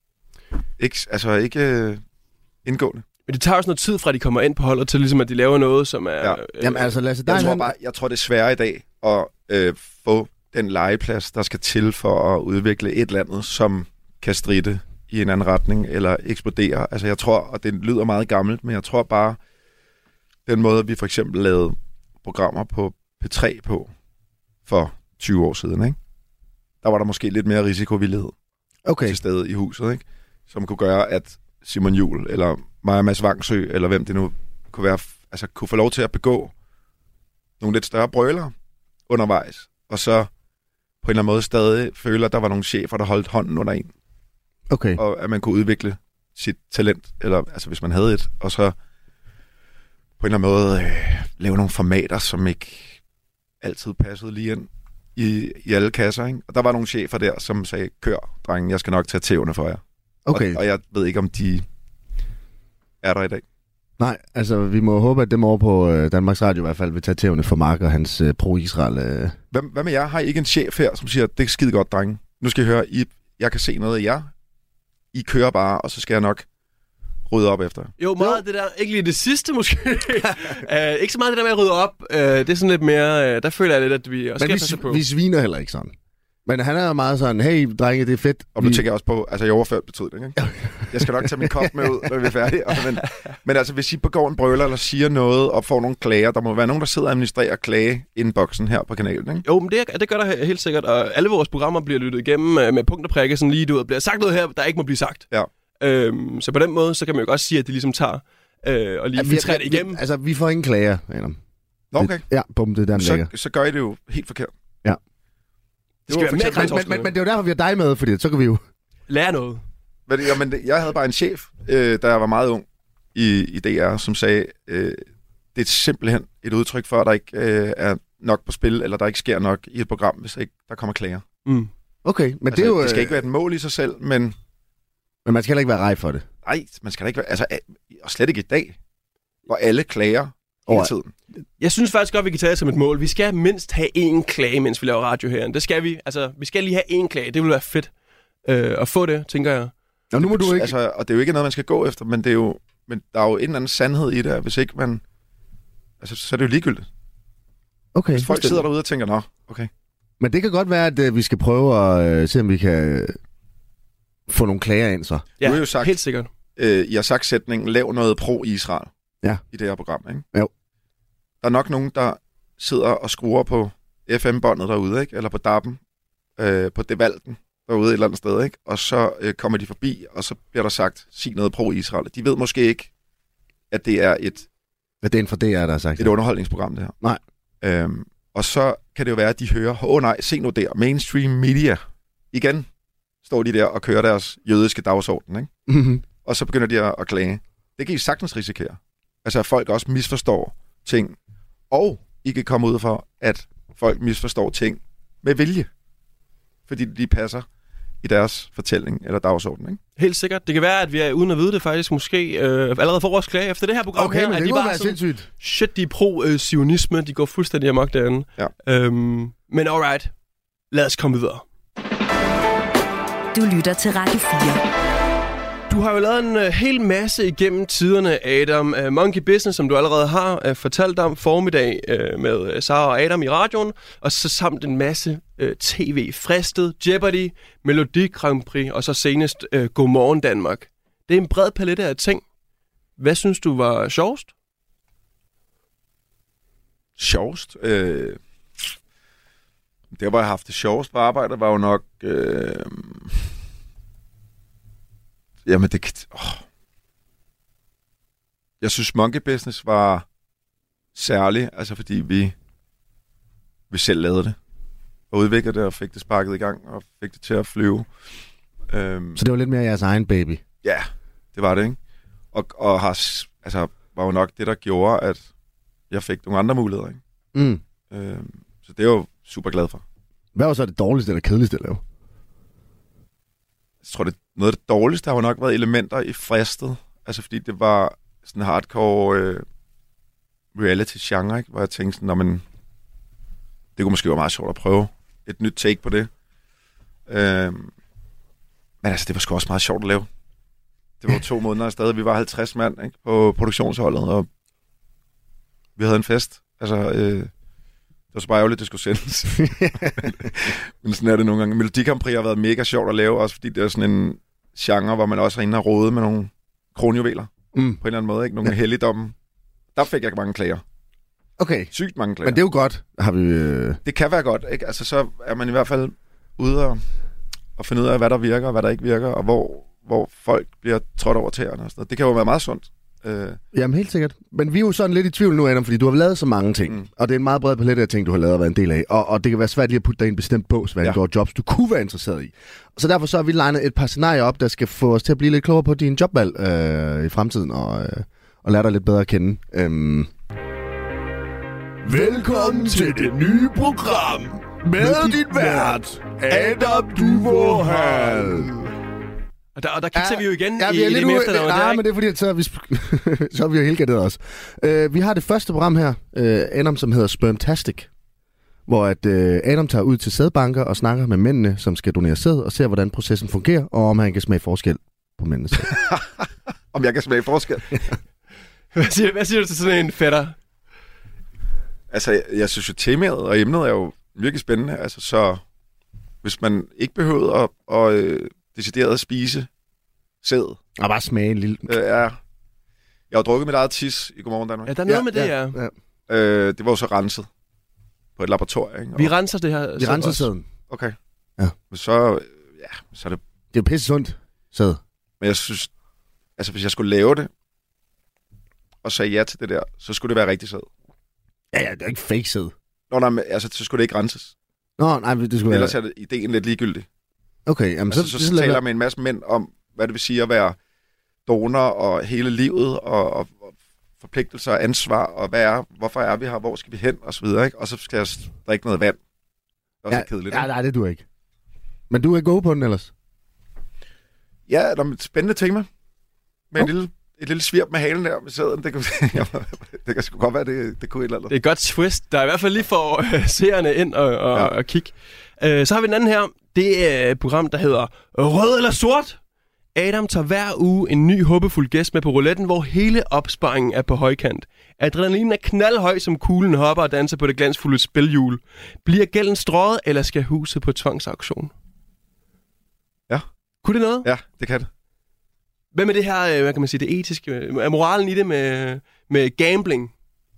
Ikke indgående. Men det tager også noget tid fra, de kommer ind på holdet, til ligesom, at de laver noget, som er... Ja. Jamen altså, Lasse Dein... Jeg tror, det er sværere i dag at få den legeplads, der skal til for at udvikle et eller andet, som kan stride i en anden retning, eller eksplodere. Altså jeg tror, og det lyder meget gammelt, men jeg tror bare, den måde, vi for eksempel lavede programmer på P3 på for 20 år siden, ikke? Der var der måske lidt mere risikovillighed til stede i huset, ikke? Som kunne gøre, at Simon Juhl, eller Maja Mads Vangsø, eller hvem det nu kunne være, altså kunne få lov til at begå nogle lidt større brøler undervejs, og så på en eller anden måde stadig føler, at der var nogle chefer, der holdt hånden under en. Okay. Og at man kunne udvikle sit talent, eller altså hvis man havde et, og så på en eller anden måde lave nogle formater, som ikke altid passede lige ind i alle kasser, ikke? Og der var nogle chefer der, som sagde, kør, drengen, jeg skal nok tage tævne for jer. Okay. Og jeg ved ikke, om de er der i dag. Nej, altså vi må håbe, at dem over på Danmarks Radio i hvert fald vil tage tævne for Mark og hans pro-Israel. Hvad med jer? Har I ikke en chef her, som siger, det er skide godt, drenge? Nu skal I høre, jeg kan se noget af jer. I kører bare, og så skal jeg nok rydde op efter. Jo, meget af det der, ikke lige det sidste måske. Ikke så meget det der med at rydde op. Det er sådan lidt mere, der føler jeg lidt, at vi også skal passe på. Vi sviner heller ikke sådan. Men han er meget sådan, hey drenge, det er fedt. Og nu tænker jeg også på, altså i overført betydning, ikke? Jeg skal nok tage min kop med ud, når vi er færdige. Men altså, hvis I begår en brøler eller siger noget og får nogle klager, der må være nogen, der sidder og administrerer klage-inboxen her på kanalen, ikke? Jo, men det gør der helt sikkert, og alle vores programmer bliver lyttet igennem med punkt og prikke, sådan lige ud, og bliver sagt noget her, der ikke må blive sagt. Ja. Så på den måde, så kan man jo godt sige, at de ligesom tager og lige filtrerer det igennem. Altså, vi får ingen klager, Adam. Okay. Ja, bum, det er der, ligger. Så gør I det jo helt forkert. Ja. Det skal men det er jo derfor, vi har dig med, fordi så kan vi jo lære noget. Men jeg havde bare en chef, da jeg var meget ung i DR, som sagde, det er simpelthen et udtryk for, at der ikke er nok på spil, eller der ikke sker nok i et program, hvis ikke der kommer klager. Mm. Okay, men altså, det er jo... Det skal ikke være et mål i sig selv, men... Men man skal heller ikke være rej for det. Nej, man skal ikke være... Altså, og slet ikke i dag, hvor alle klager hele tiden. Jeg synes faktisk godt, vi kan tage det som et mål. Vi skal mindst have én klage, mens vi laver radio her. Det skal vi. Altså, vi skal lige have én klage. Det vil være fedt at få det, tænker jeg. Nå, nu må du ikke... Altså, og det er jo ikke noget, man skal gå efter, men, men der er jo en eller anden sandhed i det, hvis ikke man... Altså, så er det jo ligegyldigt. Okay. Hvis folk sidder derude og tænker, nå, okay. Men det kan godt være, at vi skal prøve at se, om vi kan få nogle klager ind, så. Ja, jo sagt, helt sikkert. I har sagt sætningen, lav noget pro-Israel i det her program, ikke? Jo. Der er nok nogen, der sidder og skruer på FM-båndet derude, ikke? Eller på DAB'en, på Devalten derude et eller andet sted, ikke? Og så kommer de forbi, og så bliver der sagt, sig noget pro-Israel. De ved måske ikke, at det er hvad det er for DR, der har sagt et underholdningsprogram, det her. Nej. Og så kan det jo være, at de hører, nej, se nu der, mainstream media. Igen står de der og kører deres jødiske dagsorden, ikke? Mm-hmm. Og så begynder de at klage. Det kan I sagtens risikere. Altså, at folk også misforstår ting. Og I kan komme ud for, at folk misforstår ting med vilje. Fordi de passer i deres fortælling eller dagsorden, ikke? Helt sikkert. Det kan være, at vi er uden at vide det faktisk måske allerede får vores klage efter det her program. Okay, her, men at det de må bare være sindssygt. Shit, de er pro-sionisme. De går fuldstændig amok derinde. Ja. Men alright. Lad os komme videre. Du lytter til Radio 4. Du har jo lavet en hel masse igennem tiderne, Adam. Monkey Business, som du allerede har fortalt om formiddag med Sara og Adam i radioen. Og så samt en masse tv. Fristet, Jeopardy, Melodi Grand Prix og så senest Godmorgen Danmark. Det er en bred palette af ting. Hvad synes du var sjovest? Sjovest? Der, hvor jeg har haft det sjovest på arbejde, var jo nok... Jamen, det... Jeg synes, Monkey Business var særlig, altså fordi vi selv lavede det, og udviklede det, og fik det sparket i gang, og fik det til at flyve. Så det var lidt mere jeres egen baby? Ja, det var det, ikke? Og var jo nok det, der gjorde, at jeg fik nogle andre muligheder, ikke? Mm. Så det er jeg jo super glad for. Hvad var så det dårligste eller kedeligste at lave? Jeg tror, noget af det dårligste har jo nok været elementer i Fristet. Altså, fordi det var sådan en hardcore reality-genre, ikke? Hvor jeg tænkte sådan, men det kunne måske være meget sjovt at prøve et nyt take på det. Men altså, det var sgu også meget sjovt at lave. Det var 2 måneder stadig. Vi var 50 mand, ikke? På produktionsholdet, og vi havde en fest. Altså, det var så bare ærgerligt, det skulle sendes. Men sådan er det nogle gange. Melodi Grand Prix har været mega sjovt at lave, også fordi det er sådan en genre, hvor man også er inde og rode med nogle kronjuveler. På en eller anden måde, ikke? Nogle helligdomme. Der fik jeg mange klager. Okay. Sygt mange klager. Men det er jo godt, har vi... Det kan være godt, ikke? Altså, så er man i hvert fald ude og finde ud af, hvad der virker, og hvad der ikke virker, og hvor folk bliver trådt over tæerne og sådan noget. Det kan jo være meget sundt. Jamen, helt sikkert. Men vi er jo sådan lidt i tvivl nu, Adam, fordi du har lavet så mange ting. Og det er en meget bred palet af ting, du har lavet og været en del af. Og det kan være svært lige at putte dig i en bestemt bås, hvad angår jobs, du kunne være interesseret i. Så derfor så har vi legnet et par scenarier op, der skal få os til at blive lidt klogere på din jobvalg i fremtiden, og lære dig lidt bedre at kende. Velkommen til det nye program med dit vært, Adam Duvå Hall. Og der kigger vi jo igen vi er i lidt det med efternavnet der, men det er fordi, at så har vi jo helt garderet os. Vi har det første program her, Adam, som hedder Spermtastic, hvor at Adam tager ud til sædbanker og snakker med mændene, som skal donere sæd, og ser, hvordan processen fungerer, og om han kan smage forskel på mændenes sæd. Om jeg kan smage forskel? Hvad siger du til sådan en fætter? Altså, jeg synes jo, temaet og emnet er jo virkelig spændende. Altså, så hvis man ikke behøver at decideret at spise sæd. Og bare smage en lille... Jeg har drukket mit eget tis i Godmorgen Danmark. Ja, der er noget med det, ja. Det var jo så renset på et laboratorium, ikke? Vi renser det her. Vi renser sæden. Okay. Ja. Men så er det... Det er jo pisse sundt, sæd. Men jeg synes... Altså, hvis jeg skulle lave det, og sagde ja til det der, så skulle det være rigtig sæd. Ja, det er ikke fake sæd. Nej, altså, så skulle det ikke renses. Nå, nej, det skulle ellers er det ideen lidt ligegyldig. Okay, jamen altså, så taler med en masse mænd om, hvad det vil sige at være donor og hele livet, og forpligtelser og ansvar, og hvorfor er vi her, hvor skal vi hen, og så videre, ikke? Og så skal jeg drikke noget vand. Det er også kedeligt. Ja, nej, det du ikke. Men du er gode på den ellers? Ja, der er et spændende tema. Med et lille svirp med halen der med sæden. Det kan sgu godt være, det kunne et eller andet. Det er et godt twist. Der er i hvert fald lige for seerne ind og kigge. Så har vi den anden her. Det er et program, der hedder Rød eller Sort. Adam tager hver uge en ny håbefuld gæst med på rouletten, hvor hele opsparingen er på højkant. Adrenalinen er knaldhøj, som kuglen hopper og danser på det glansfulde spilhjul. Bliver gælden strøget, eller skal huset på tvangsauktion? Ja. Kunne det noget? Ja, det kan det. Hvad med det her, hvad kan man sige, det etiske? Er moralen i det med gambling?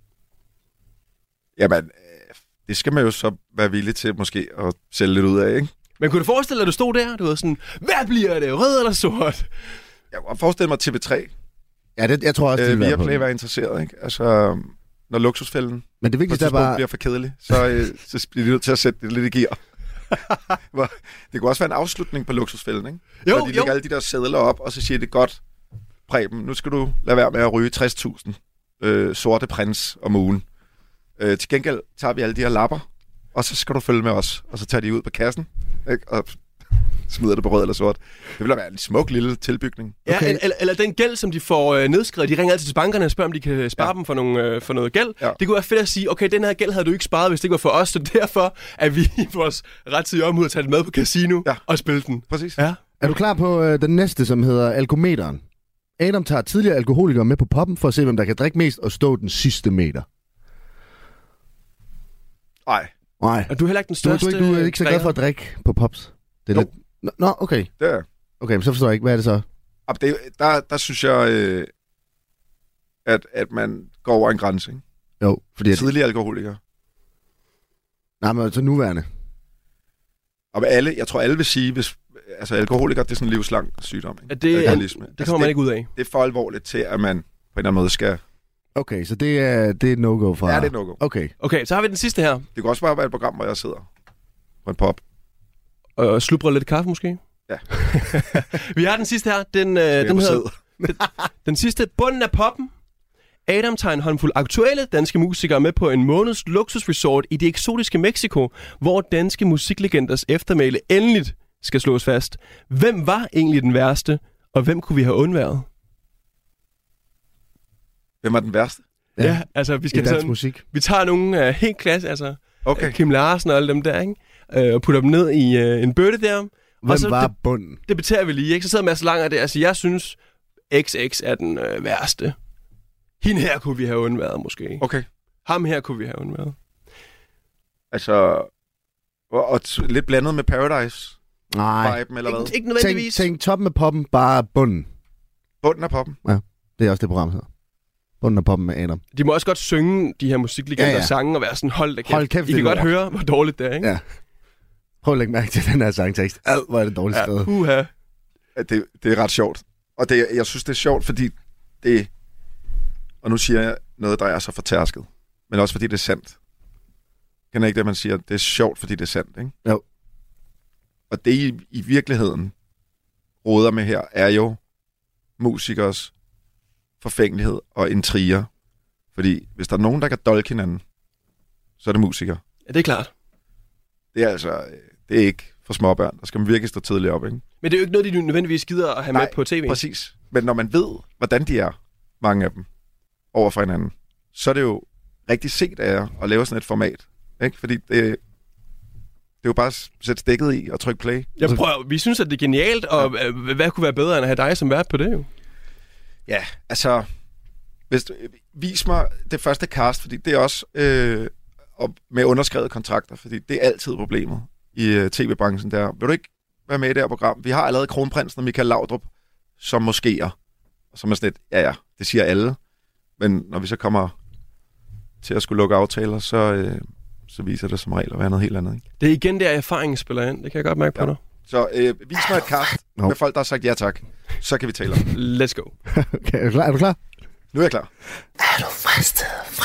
Jamen, det skal man jo så være villig til måske at sælge lidt ud af, ikke? Men kunne du forestille dig, at du stod der, du var sådan, hvad bliver det, rød eller sort? Jeg kunne forestille mig TV3. Ja, det, jeg tror også, det vil være på. Viaplay være interesseret, ikke? Altså, når luksusfælden men det vigtigste er bare... bliver for kedelig, så bliver de nødt til at sætte det lidt i gear. Det kunne også være en afslutning på luksusfælden, ikke? Jo, så de lægger alle de der sædler op, og så siger det godt, Preben, nu skal du lade være med at ryge 60.000 sorte prins om ugen. Til gengæld tager vi alle de her lapper, og så skal du følge med os. Og så tager de ud på kassen, ikke? Og smider det på rød eller sort. Det vil da være en smuk lille tilbygning. Ja, okay. eller den gæld, som de får nedskrevet. De ringer altid til bankerne og spørger, om de kan spare dem for noget gæld. Ja. Det kunne være fedt at sige, okay, den her gæld havde du ikke sparet, hvis det ikke var for os. Så derfor er vi i vores rettidige omhed at tage det med på casino og spille den. Præcis. Ja. Er du klar på den næste, som hedder alkometeren? Adam tager tidligere alkoholikere med på poppen for at se, hvem der kan drikke mest og stå den sidste meter. Nej. Og du er heller ikke den største... Du er ikke så glad for at drikke på pops? Det er lidt... Nå, okay. Det er. Okay, men så forstår jeg ikke. Hvad er det så? Der synes jeg, at man går over en grænse, ikke? Jo, fordi... Tidligere alkoholikere. Nej, men så nuværende. Og jeg tror alle vil sige, hvis... Altså, alkoholiker, det er sådan en livslang sygdom, ikke? Det kommer man ikke ud af. Det er for alvorligt til, at man på en eller anden måde skal... Okay, så det er et no-go fra... Ja, det er et no-go. Okay, så har vi den sidste her. Det kan også bare være et program, hvor jeg sidder på en pop. Og slubrer lidt kaffe, måske? Ja. Vi har den sidste her. Den hedder... Den sidste, bunden af poppen. Adam tager en håndfuld aktuelle danske musikere med på en måneds luksusresort i det eksotiske Mexico, hvor danske musiklegenders eftermæle endeligt skal slås fast. Hvem var egentlig den værste, og hvem kunne vi have undværet? Hvem var den værste? Ja, altså vi skal sådan, musik. Vi tager nogle helt klasse, altså Kim Larsen og alle dem der, ikke? Og putter dem ned i en bøtte der. Hvem og så var bunden? Det betager vi lige, ikke? Så sidder Mads Langer der og siger, jeg synes XX er den værste. Hende her kunne vi have undværet måske. Okay. Ham her kunne vi have undværet. Altså, og lidt blandet med Paradise. Nej. Viben, eller hvad? Ikke nødvendigvis. Tænk toppen af poppen, bare bunden. Bunden af poppen. Det er også det program hedder. Bunden af poppen med Adam. De må også godt synge de her musiklegender sange og være sådan, hold da kæft. Hold kæft, I kan godt høre, hvor dårligt det er, ikke? Ja. Prøv at lægge mærke til den her sangtekst. Hvor er det dårligt skrevet. Uha. Det er ret sjovt. Og jeg synes, det er sjovt, fordi det... Og nu siger jeg noget, der er så fortærsket. Men også fordi det er sandt. Kan ikke det, man siger? Det er sjovt, fordi det er sandt, ikke? Jo. Og det i virkeligheden råder med her, er jo musikers forfængelighed og intriger. Fordi hvis der er nogen, der kan dolke hinanden, så er det musikere. Ja, det er klart. Det er altså... Det er ikke for småbørn. Der skal man virkelig stå tidligt op, ikke? Men det er jo ikke noget, de nødvendigvis gider at have med på tv. Præcis. Men når man ved, hvordan de er, mange af dem, over for hinanden, så er det jo rigtig set af jer at lave sådan et format. Ikke? Fordi det er jo bare at sætte stikket i og trykke play. Vi synes, at det er genialt, og hvad kunne være bedre end at have dig som vært på det jo? Ja, altså... Vis mig det første cast, fordi det er også og med underskrevet kontrakter, fordi det er altid problemet i tv-branchen der. Vil du ikke være med i det her program? Vi har allerede Kronprinsen og Michael Laudrup som moskéer, som er sådan et, ja, det siger alle. Men når vi så kommer til at skulle lukke aftaler, så viser det som regel at være noget helt andet. Ikke? Det er igen der, erfaringen spiller ind. Det kan jeg godt mærke på dig. Så vis mig et cast med folk, der har sagt ja tak. Så kan vi tale om. Let's go. Okay, er du klar? Nu er jeg klar. Er du fristet?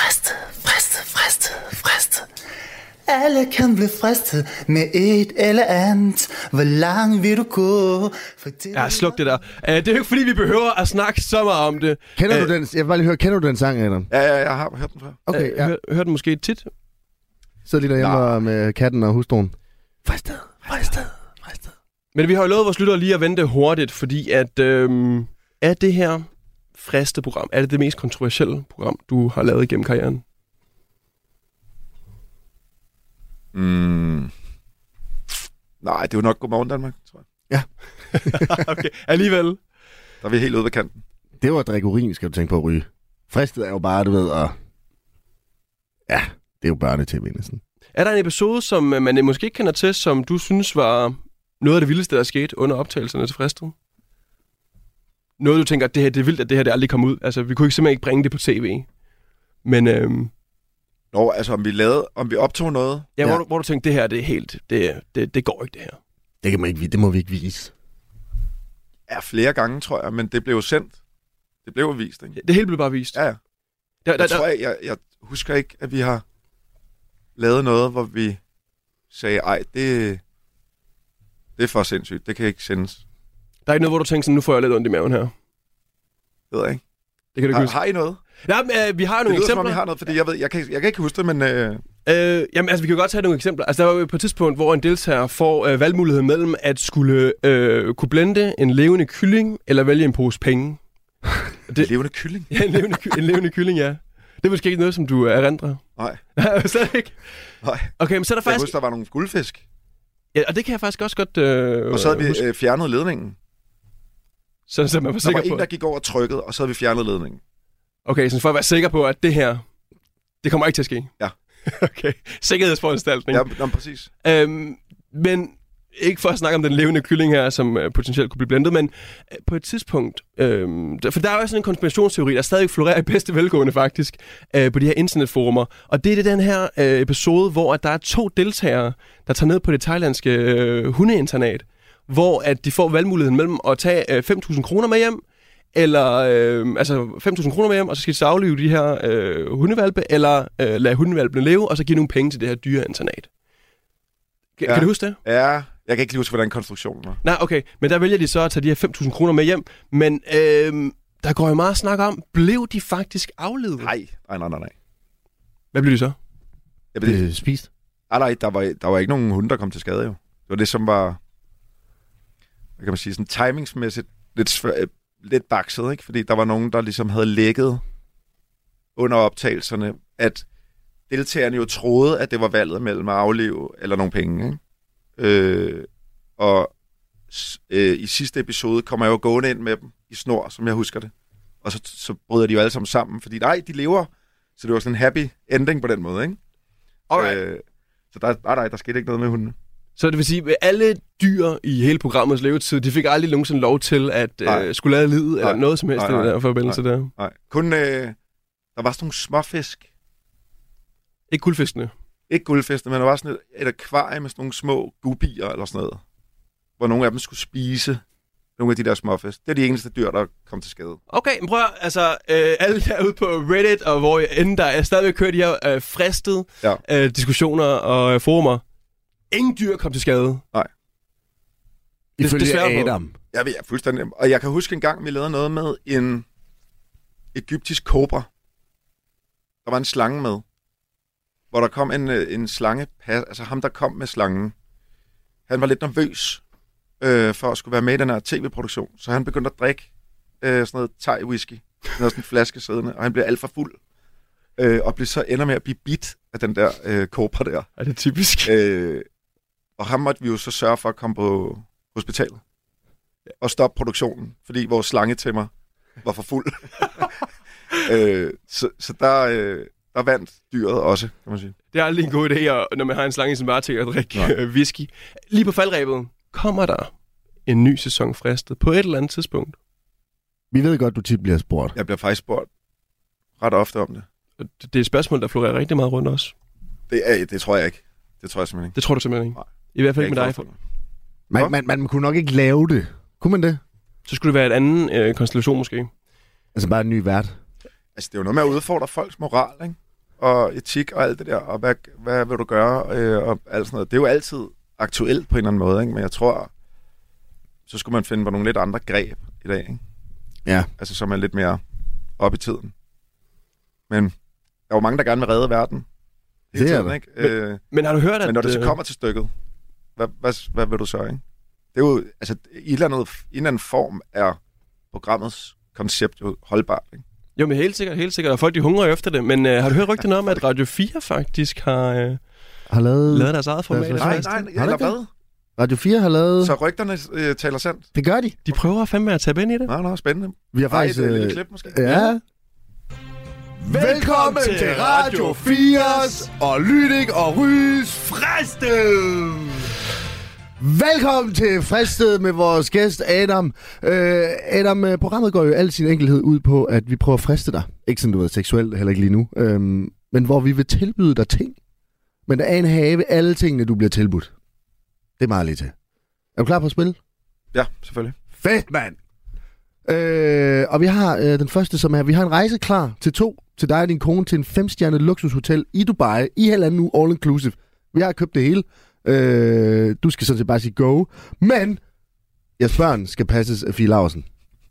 Alle kan blive fristet med et eller andet. Hvor langt vil du gå? Ja, sluk det der. Det er jo ikke, fordi vi behøver at snakke så meget om det. Kender du den? Jeg vil bare lige høre, kender du den sang, Adam? Ja, jeg har hørt den før. Okay, ja. Hørte den måske tit? Så lige derhjemme med katten og hustruen. Fristet. Men vi har jo lovet vores lyttere lige at vente hurtigt, fordi at er det her friste program, er det mest kontroversielle program, du har lavet igennem karrieren? Nej, det er jo nok Godmorgen Danmark, tror jeg. Ja. Okay, alligevel. Der er vi helt ude ved kanten. Det var at drikke urin, skal du tænke på at ryge. Fristet er jo bare, du ved, og... Ja, det er jo børne-tv næsten. Er der en episode, som man måske ikke kender til, som du synes var noget af det vildeste, der er sket under optagelserne til Fristet? Noget, du tænker, at det er vildt, at det her det aldrig kom ud. Altså, vi kunne simpelthen ikke bringe det på tv. Men... Nå, altså om vi optog noget. Ja, ja. Hvor du tænkte, det her, det er helt... Det går ikke, det her. Det må vi ikke vise. Ja, flere gange, tror jeg, men det blev jo sendt. Det blev jo vist, ikke? Det hele blev bare vist. Ja. Jeg tror, jeg husker ikke, at vi har lavet noget, hvor vi sagde, ej, det er for sindssygt. Det kan ikke sendes. Der er ikke noget, hvor du tænker sådan, nu får jeg lidt ondt i maven her. Det ved jeg ikke. Det kan du ikke har I noget? Ja, vi har nogle eksempler. Det lyder som om, I har noget, fordi jeg kan ikke huske det, men... Jamen, altså, vi kan godt tage nogle eksempler. Altså, der var jo på et tidspunkt, hvor en deltager får valgmulighed mellem at skulle kunne blende en levende kylling, eller vælge en pose penge. En levende kylling? Ja, en levende kylling, ja. Det er måske ikke noget, som du erindrer. Nej. Slet ikke? Nej. Okay, men så er der faktisk... Jeg husker, der var nogle guldfisk. Ja, og det kan jeg faktisk også godt... og så havde vi fjernet ledningen. Så man var sikker på... Der var en, der gik over trykket, og så havde vi fjernet ledningen. Okay, så for at være sikker på, at det her, det kommer ikke til at ske? Ja. Okay, sikkerhedsforanstaltning. Ja, præcis. Men ikke for at snakke om den levende kylling her, som potentielt kunne blive blendet, men på et tidspunkt... for der er jo sådan en konspirationsteori, der stadig florerer i bedste velgående faktisk, på de her internetforumer. Og det er den her episode, hvor at der er 2 deltagere, der tager ned på det thailandske hundeinternat, hvor at de får valgmuligheden mellem at tage 5.000 kroner med hjem, eller 5.000 kroner med hjem, og så skal de så aflive de her hundevalpe, eller lade hundevalpene leve, og så give nogle penge til det her dyreinternat. Kan du huske det? Ja, jeg kan ikke lige huske, hvordan konstruktionen var. Nej, okay. Men der vælger de så at tage de her 5.000 kroner med hjem. Men der går jo meget snak om, blev de faktisk aflevet? Nej. Hvad blev de så? Spist? Nej, der var ikke nogen hunde, der kom til skade jo. Det var det, som var, hvad kan man sige, sådan timingsmæssigt lidt bakset, ikke? Fordi der var nogen, der ligesom havde lækket under optagelserne, at deltagerne jo troede, at det var valget mellem at afleve eller nogle penge, ikke? I sidste episode kommer jeg jo gående ind med dem i snor, som jeg husker det. Og så bryder de jo alle sammen, fordi nej, de lever. Så det var sådan en happy ending på den måde, ikke? Så der skete ikke noget med hundene. Så det vil sige, at alle dyr i hele programmets levetid, de fik aldrig nogensinde lov til at skulle lade livet, eller noget som helst i den der forbindelse der. Nej, kun der var sådan nogle småfisk. Ikke guldfiskene. Ikke guldfiskene, men der var sådan et akvarie med sådan nogle små gubier eller sådan noget, hvor nogle af dem skulle spise nogle af de der småfisk. Det er de eneste dyr, der kom til skade. Okay, men prøv altså alle derude på Reddit, og hvor end der er stadigvæk kørt de her fristede diskussioner og forumer. Ingen dyr kom til skade. Nej. Ifølge Adam. Ja, fuldstændig. Og jeg kan huske en gang, vi lavede noget med en egyptisk kobra. Der var en slange med. Hvor der kom en slange, altså ham, der kom med slangen. Han var lidt nervøs for at skulle være med i den her tv-produktion. Så han begyndte at drikke sådan noget thai-whisky. Sådan en flaske siddende, og han blev alt for fuld. Og blev så ender med at blive bidt af den der kobra der. Er det typisk? Og ham måtte vi jo så sørge for at komme på hospitalet. Og stoppe produktionen, fordi vores slangetæmmer var for fuld. Så der vandt dyret også, kan man sige. Det er aldrig en god idé, når man har en slange i sin varetægt at drikke whisky. Lige på faldrebet, kommer der en ny sæson fristet på et eller andet tidspunkt? Vi ved godt, du tit bliver spurgt. Jeg bliver faktisk spurgt ret ofte om det. Det er et spørgsmål, der florerer rigtig meget rundt også. Det tror jeg ikke. Det tror jeg simpelthen ikke. Det tror du simpelthen ikke? Nej. I hvert fald ikke med dig. Man kunne nok ikke lave det. Kunne man det? Så skulle det være et anden konstellation måske. Altså bare en ny vært. Altså det er jo noget med at udfordre folks moral, ikke? Og etik og alt det der, og hvad vil du gøre, og alt sådan noget. Det er jo altid aktuelt på en eller anden måde, ikke? Men jeg tror, så skulle man finde på nogle lidt andre greb i dag, ikke? Ja. Altså som er lidt mere op i tiden. Men der er jo mange, der gerne vil redde verden. Det er tiden, ikke? Men har du hørt, at... Men når det så kommer til stykket, hvad vil du så, ikke? Det er jo, altså i en eller anden form er programmets koncept jo holdbart, ikke? Jo, men helt sikkert, og folk de hungrer efter det. Men har du hørt rygterne om, at Radio 4 faktisk har lavet deres eget format? Nej, eller hvad? Radio 4 har lavet... Så rygterne taler sandt? Det gør de. De prøver fandme at tabe ind i det. Nej, spændende. Vi har faktisk... et lille klip måske. Ja. Velkommen til Radio 4's og Lydik og Rys Fristed! Velkommen til Fristed med vores gæst Adam. Adam, programmet går jo al sin enkelhed ud på, at vi prøver at friste dig. Ikke sådan, du ved, seksuelt, heller ikke lige nu. Men hvor vi vil tilbyde dig ting. Men der er en have alle tingene, du bliver tilbudt. Det er meget lidt til. Er du klar på at spille? Ja, selvfølgelig. Fedt, mand! Og vi har den første, som er, vi har en rejse klar til dig og din kone til en 5-stjernet luksushotel i Dubai i halvanden uge all inclusive. Vi har købt det hele. Du skal sådan set bare sige go. Men jeres børn skal passes af Fie Laursen.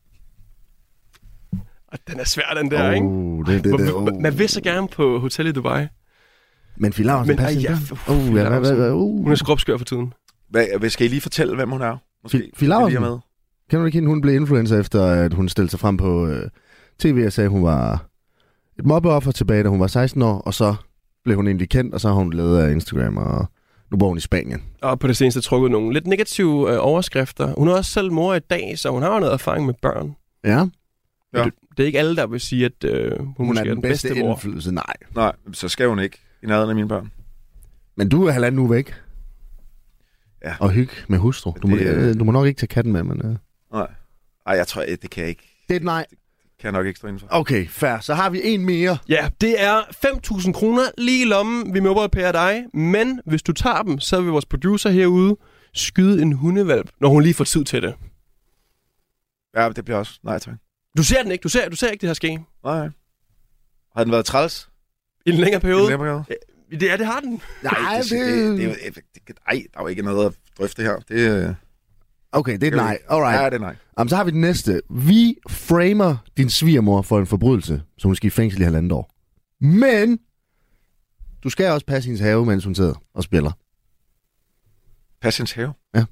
Den er svær, den der, ikke? Man vil så gerne på hotel i Dubai. Men Fie Laursen passer Hun er skrubskør for tiden. Skal I lige fortælle, hvem hun er? Fie Laursen? Kan du ikke hende? Hun blev influencer efter, at hun stillede sig frem på tv og sagde, at hun var et mobbeoffer tilbage, da hun var 16 år. Og så blev hun egentlig kendt, og så har hun lavet af Instagram, og nu bor hun i Spanien. Og på det seneste trukket nogle lidt negative overskrifter. Hun er også selv mor i dag, så hun har jo noget erfaring med børn. Ja. Det er ikke alle, der vil sige, at hun måske er den bedste mor. Indflydelse. Nej, så skal hun ikke i nærheden af mine børn. Men du er halvanden uge væk. Ja. Og hygge med hustru. Du må nok ikke tage katten med, men... Nej, jeg tror, det kan jeg ikke. Det er et nej. Det kan jeg nok ikke stå indenfor. Okay, fair. Så har vi en mere. Ja, det er 5.000 kroner lige i lommen. Vi må bare pære dig. Men hvis du tager dem, så vil vores producer herude skyde en hundevalp, når hun lige får tid til det. Ja, det bliver også nej tak. Du ser den ikke. Du ser ikke det her ske. Nej. Har den været træls? I en længere periode? Ja, det har den. Nej, der er jo ikke noget at drøfte her. Det okay, det er nej. Alright. Ja, det er nej. Jamen, så har vi den næste. Vi framer din svigermor for en forbrydelse, så hun skal i fængsel i 1,5 år. Men du skal også passe hendes have, mens hun sidder og spiller. Passe hendes have? Ja.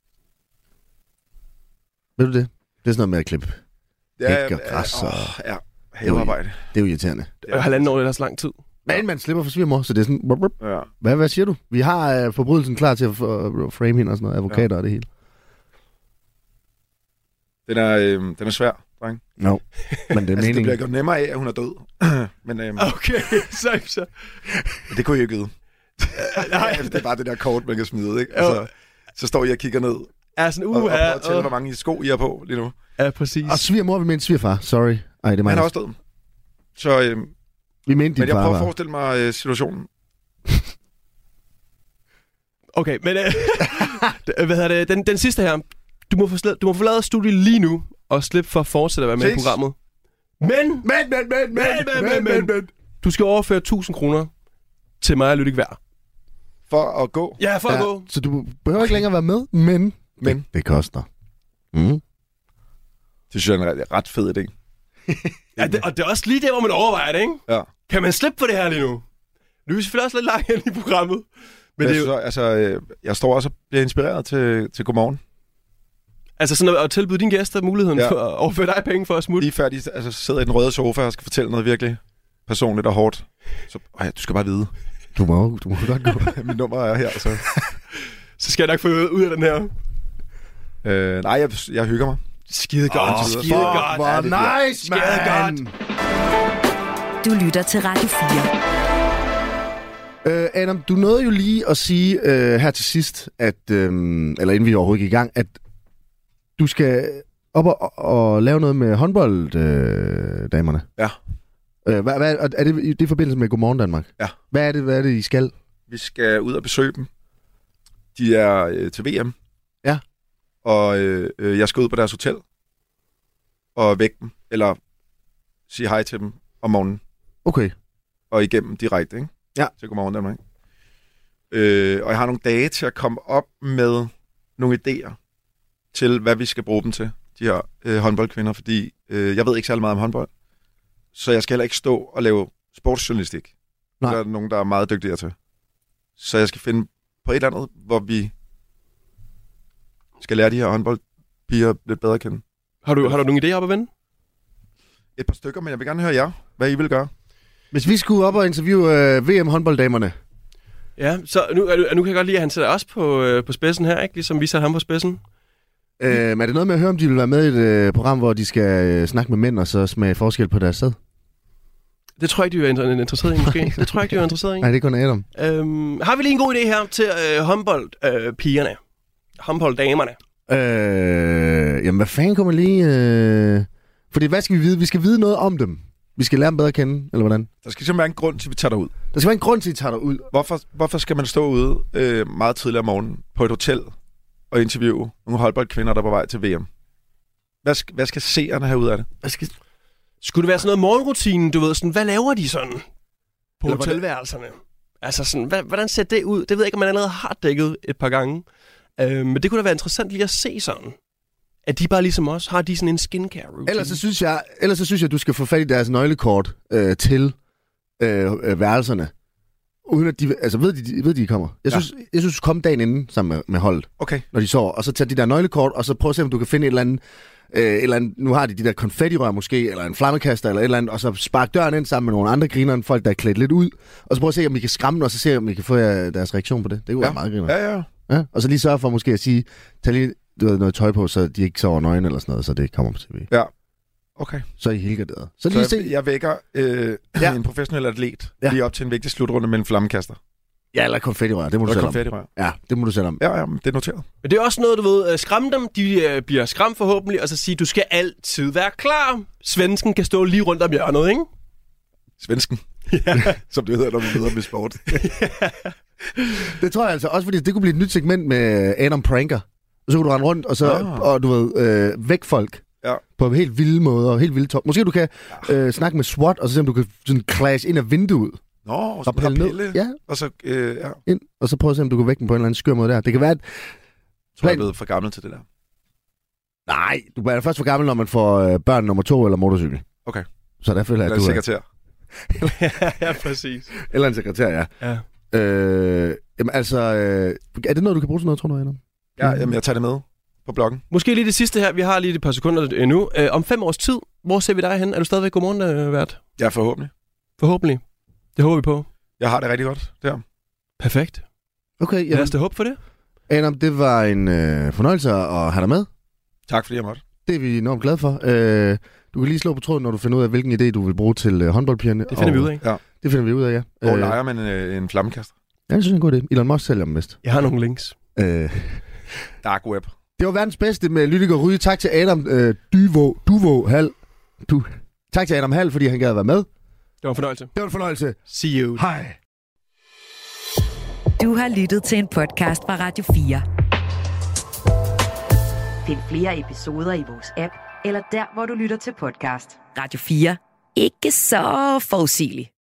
Ved du det? Det er sådan noget med at klippe hæk og græs og... Ja, havearbejde. Det er jo irriterende. Det er 1,5 år, det er så lang tid. Men man slipper for svigermor, så det er sådan... Ja. Hvad siger du? Vi har forbrydelsen klar til at frame hende og sådan noget. Advokater og det hele. Den er svær, dreng. No. Men det er altså, det bliver gjort nemmere af, at hun er død. Men, okay, så. Det kunne jeg ikke vide. Nej, det er bare det der kort, man kan smide, ikke? Altså, så står I og kigger ned. Ja, sådan Og prøver at tælle, hvor mange skohvor på lige nu. Ja, præcis. Og svigermor, vi mente svigerfar. Sorry. Ej, det er mig. Han er også død. Så, vi mente men din jeg far, prøver at var. forestille mig situationen. Okay, men hvad hedder det? Den sidste her. Du må forlade studiet lige nu og slippe for at fortsætte at være med i programmet. Men. Du skal overføre 1.000 kroner til mig og Lydik hver. For at gå? Ja, for at gå. Så du behøver ikke længere være med, men det koster. Det synes jeg er en ret fed idé. Ja, og det er også lige der, hvor man overvejer det, ikke? Ja. Kan man slippe for det her lige nu? Nu er vi selvfølgelig også lidt langt hen i programmet. Men det er jo... Altså, jeg står også og bliver inspireret til Godmorgen. Altså sådan at tilbyde dine gæster muligheden for at overføre dig penge for at smutte. Lige før de sidder i den røde sofa og skal fortælle noget virkelig personligt og hårdt. Så du skal bare vide. Du må godt gå. Mit nummer er her, så... Så skal jeg nok få ud af den her. Nej, jeg hygger mig. Skide godt. Skide godt. Hvor nice, man. Du lytter til Radio 4. Adam, du nåede jo lige at sige her til sidst, at, eller inden vi overhovedet gik i gang, at du skal op og lave noget med håndbolddamerne. Ja. Hvad er det i det forbindelse med Godmorgen Danmark? Ja. Hvad er det, I skal? Vi skal ud og besøge dem. De er til VM. Ja. Og jeg skal ud på deres hotel og vække dem, eller sige hej til dem om morgenen. Okay. Og igennem direkte, ikke? Ja. Til Godmorgen Danmark. Og jeg har nogle dage til at komme op med nogle idéer til, hvad vi skal bruge dem til, de her håndboldkvinder, fordi jeg ved ikke særlig meget om håndbold, så jeg skal heller ikke stå og lave sportsjournalistik. Nej. Der er nogen, der er meget dygtigere til. Så jeg skal finde på et eller andet, hvor vi skal lære de her håndboldpiger lidt bedre at kende. Har du nogle idéer op at vende? Et par stykker, men jeg vil gerne høre jer, hvad I vil gøre. Hvis vi skulle op og interviewe VM-håndbolddamerne. Ja, så nu kan jeg godt lide, at han sætter os på spidsen her, ikke? Ligesom vi satte ham på spidsen. Er det noget med at høre, om de vil være med i et program, hvor de skal snakke med mænd og så smage forskel på deres sæd? Det tror jeg ikke, de er interesseret i, måske. Det tror jeg ikke, de er interesseret i. Nej, det er kun Adam. Har vi lige en god idé her til håndboldpigerne? Håndbolddamerne? Jamen, hvad fanden kommer lige... Fordi hvad skal vi vide? Vi skal vide noget om dem. Vi skal lære dem bedre at kende, eller hvordan? Der skal simpelthen være en grund til, at vi tager derud. Der skal være en grund til, at I tager derud. Hvorfor skal man stå ude meget tidligere om morgenen på et hotel og interviewe nogle håndboldkvinder, der er på vej til VM? Hvad skal seerne have ud af det? Skulle det være sådan noget morgenrutinen, du ved, sådan, hvad laver de sådan på eller hotelværelserne? Altså sådan, hvordan ser det ud? Det ved jeg ikke, om man allerede har dækket et par gange. Men det kunne da være interessant lige at se sådan. At de bare ligesom os har de sådan en skincare routine. Ellers så synes jeg, at du skal få fat i deres nøglekort til værelserne. Uden at de... Altså, ved de kommer? Jeg synes, du skal komme dagen inden sammen med holdet. Okay. Når de sover. Og så tage de der nøglekort, og så prøve at se, om du kan finde et eller andet... Nu har de der konfettirør måske, eller en flammekaster, eller et eller andet, og så spark døren ind sammen med nogle andre griner, folk, der er klædt lidt ud. Og så prøve at se, om I kan skræmme dem, og så se, om I kan få deres reaktion på det. Det kunne være meget griner. Ja. Og så lige sørge for måske at sige, tag lige noget tøj på, så de ikke sover nøgen eller sådan noget, så det kommer på tv. Ja. Okay. Så er I helgarderet. Så jeg vækker en professionel atlet lige op til en vigtig slutrunde med en flammekaster. Ja, eller konfettirør. Det må du selv om. Ja, det må du selv om. Ja, det er noteret. Men det er også noget, du ved, skræmme dem, de bliver skræmt forhåbentlig, og så sige, du skal altid være klar. Svensken kan stå lige rundt om hjørnet, ikke? Svensken? Ja. Som det hedder, når vi møder med sport. Det tror jeg altså også, fordi det kunne blive et nyt segment med Adam Pranker. Og så kunne du rende rundt, og så og du ved, væk folk. Ja. På helt vilde måder, helt vilde top. Måske du kan snakke med SWAT, og så se om du kan sådan clash ind af vinduet. Nå, så pille. Ja. Og så, ind, og så prøve at se, om du kan vække dem på en eller anden skør måde der. Det kan være, at... Så er jeg blevet for gammel til det der. Nej, du er først for gammel, når man får børn nummer 2 eller motorcykel. Okay. Så der føler jeg, at du sekretær. Ja, præcis. Eller en sekretær, ja. Jamen altså, er det noget, du kan bruge til noget, tror du, Adam? Ja, jamen, jeg tager det med på bloggen. Måske lige det sidste her. Vi har lige et par sekunder endnu. Om 5 års tid, hvor ser vi dig hen? Er du stadigvæk Godmorgen-vært? Ja, forhåbentlig. Forhåbentlig. Det håber vi på. Jeg har det rigtig godt der. Perfekt. Okay, jamen, lad os da håbe for det. Adam, det var en fornøjelse at have dig med. Tak fordi jeg måtte. Det er vi enormt glade for. Du kan lige slå på tråden, når du finder ud af, hvilken idé du vil bruge til håndboldpigerne. Det finder vi ud af. Ja. Det finder vi ud af, ja. Hvor leger man en flammekaster? Ja, det synes jeg er en god idé. Elon Musk sælger dem mest. Jeg har nogle links. Dark web. Det var verdens bedste med Lydik og Ryge. Tak til Adam Duvo Hal. Tak til Adam Hal, fordi han gad at være med. Det var en fornøjelse. Det var en fornøjelse. See you. Hej. Du har lyttet til en podcast fra Radio 4. Find flere episoder i vores app, eller der, hvor du lytter til podcast. Radio 4. Ikke så forudsigeligt.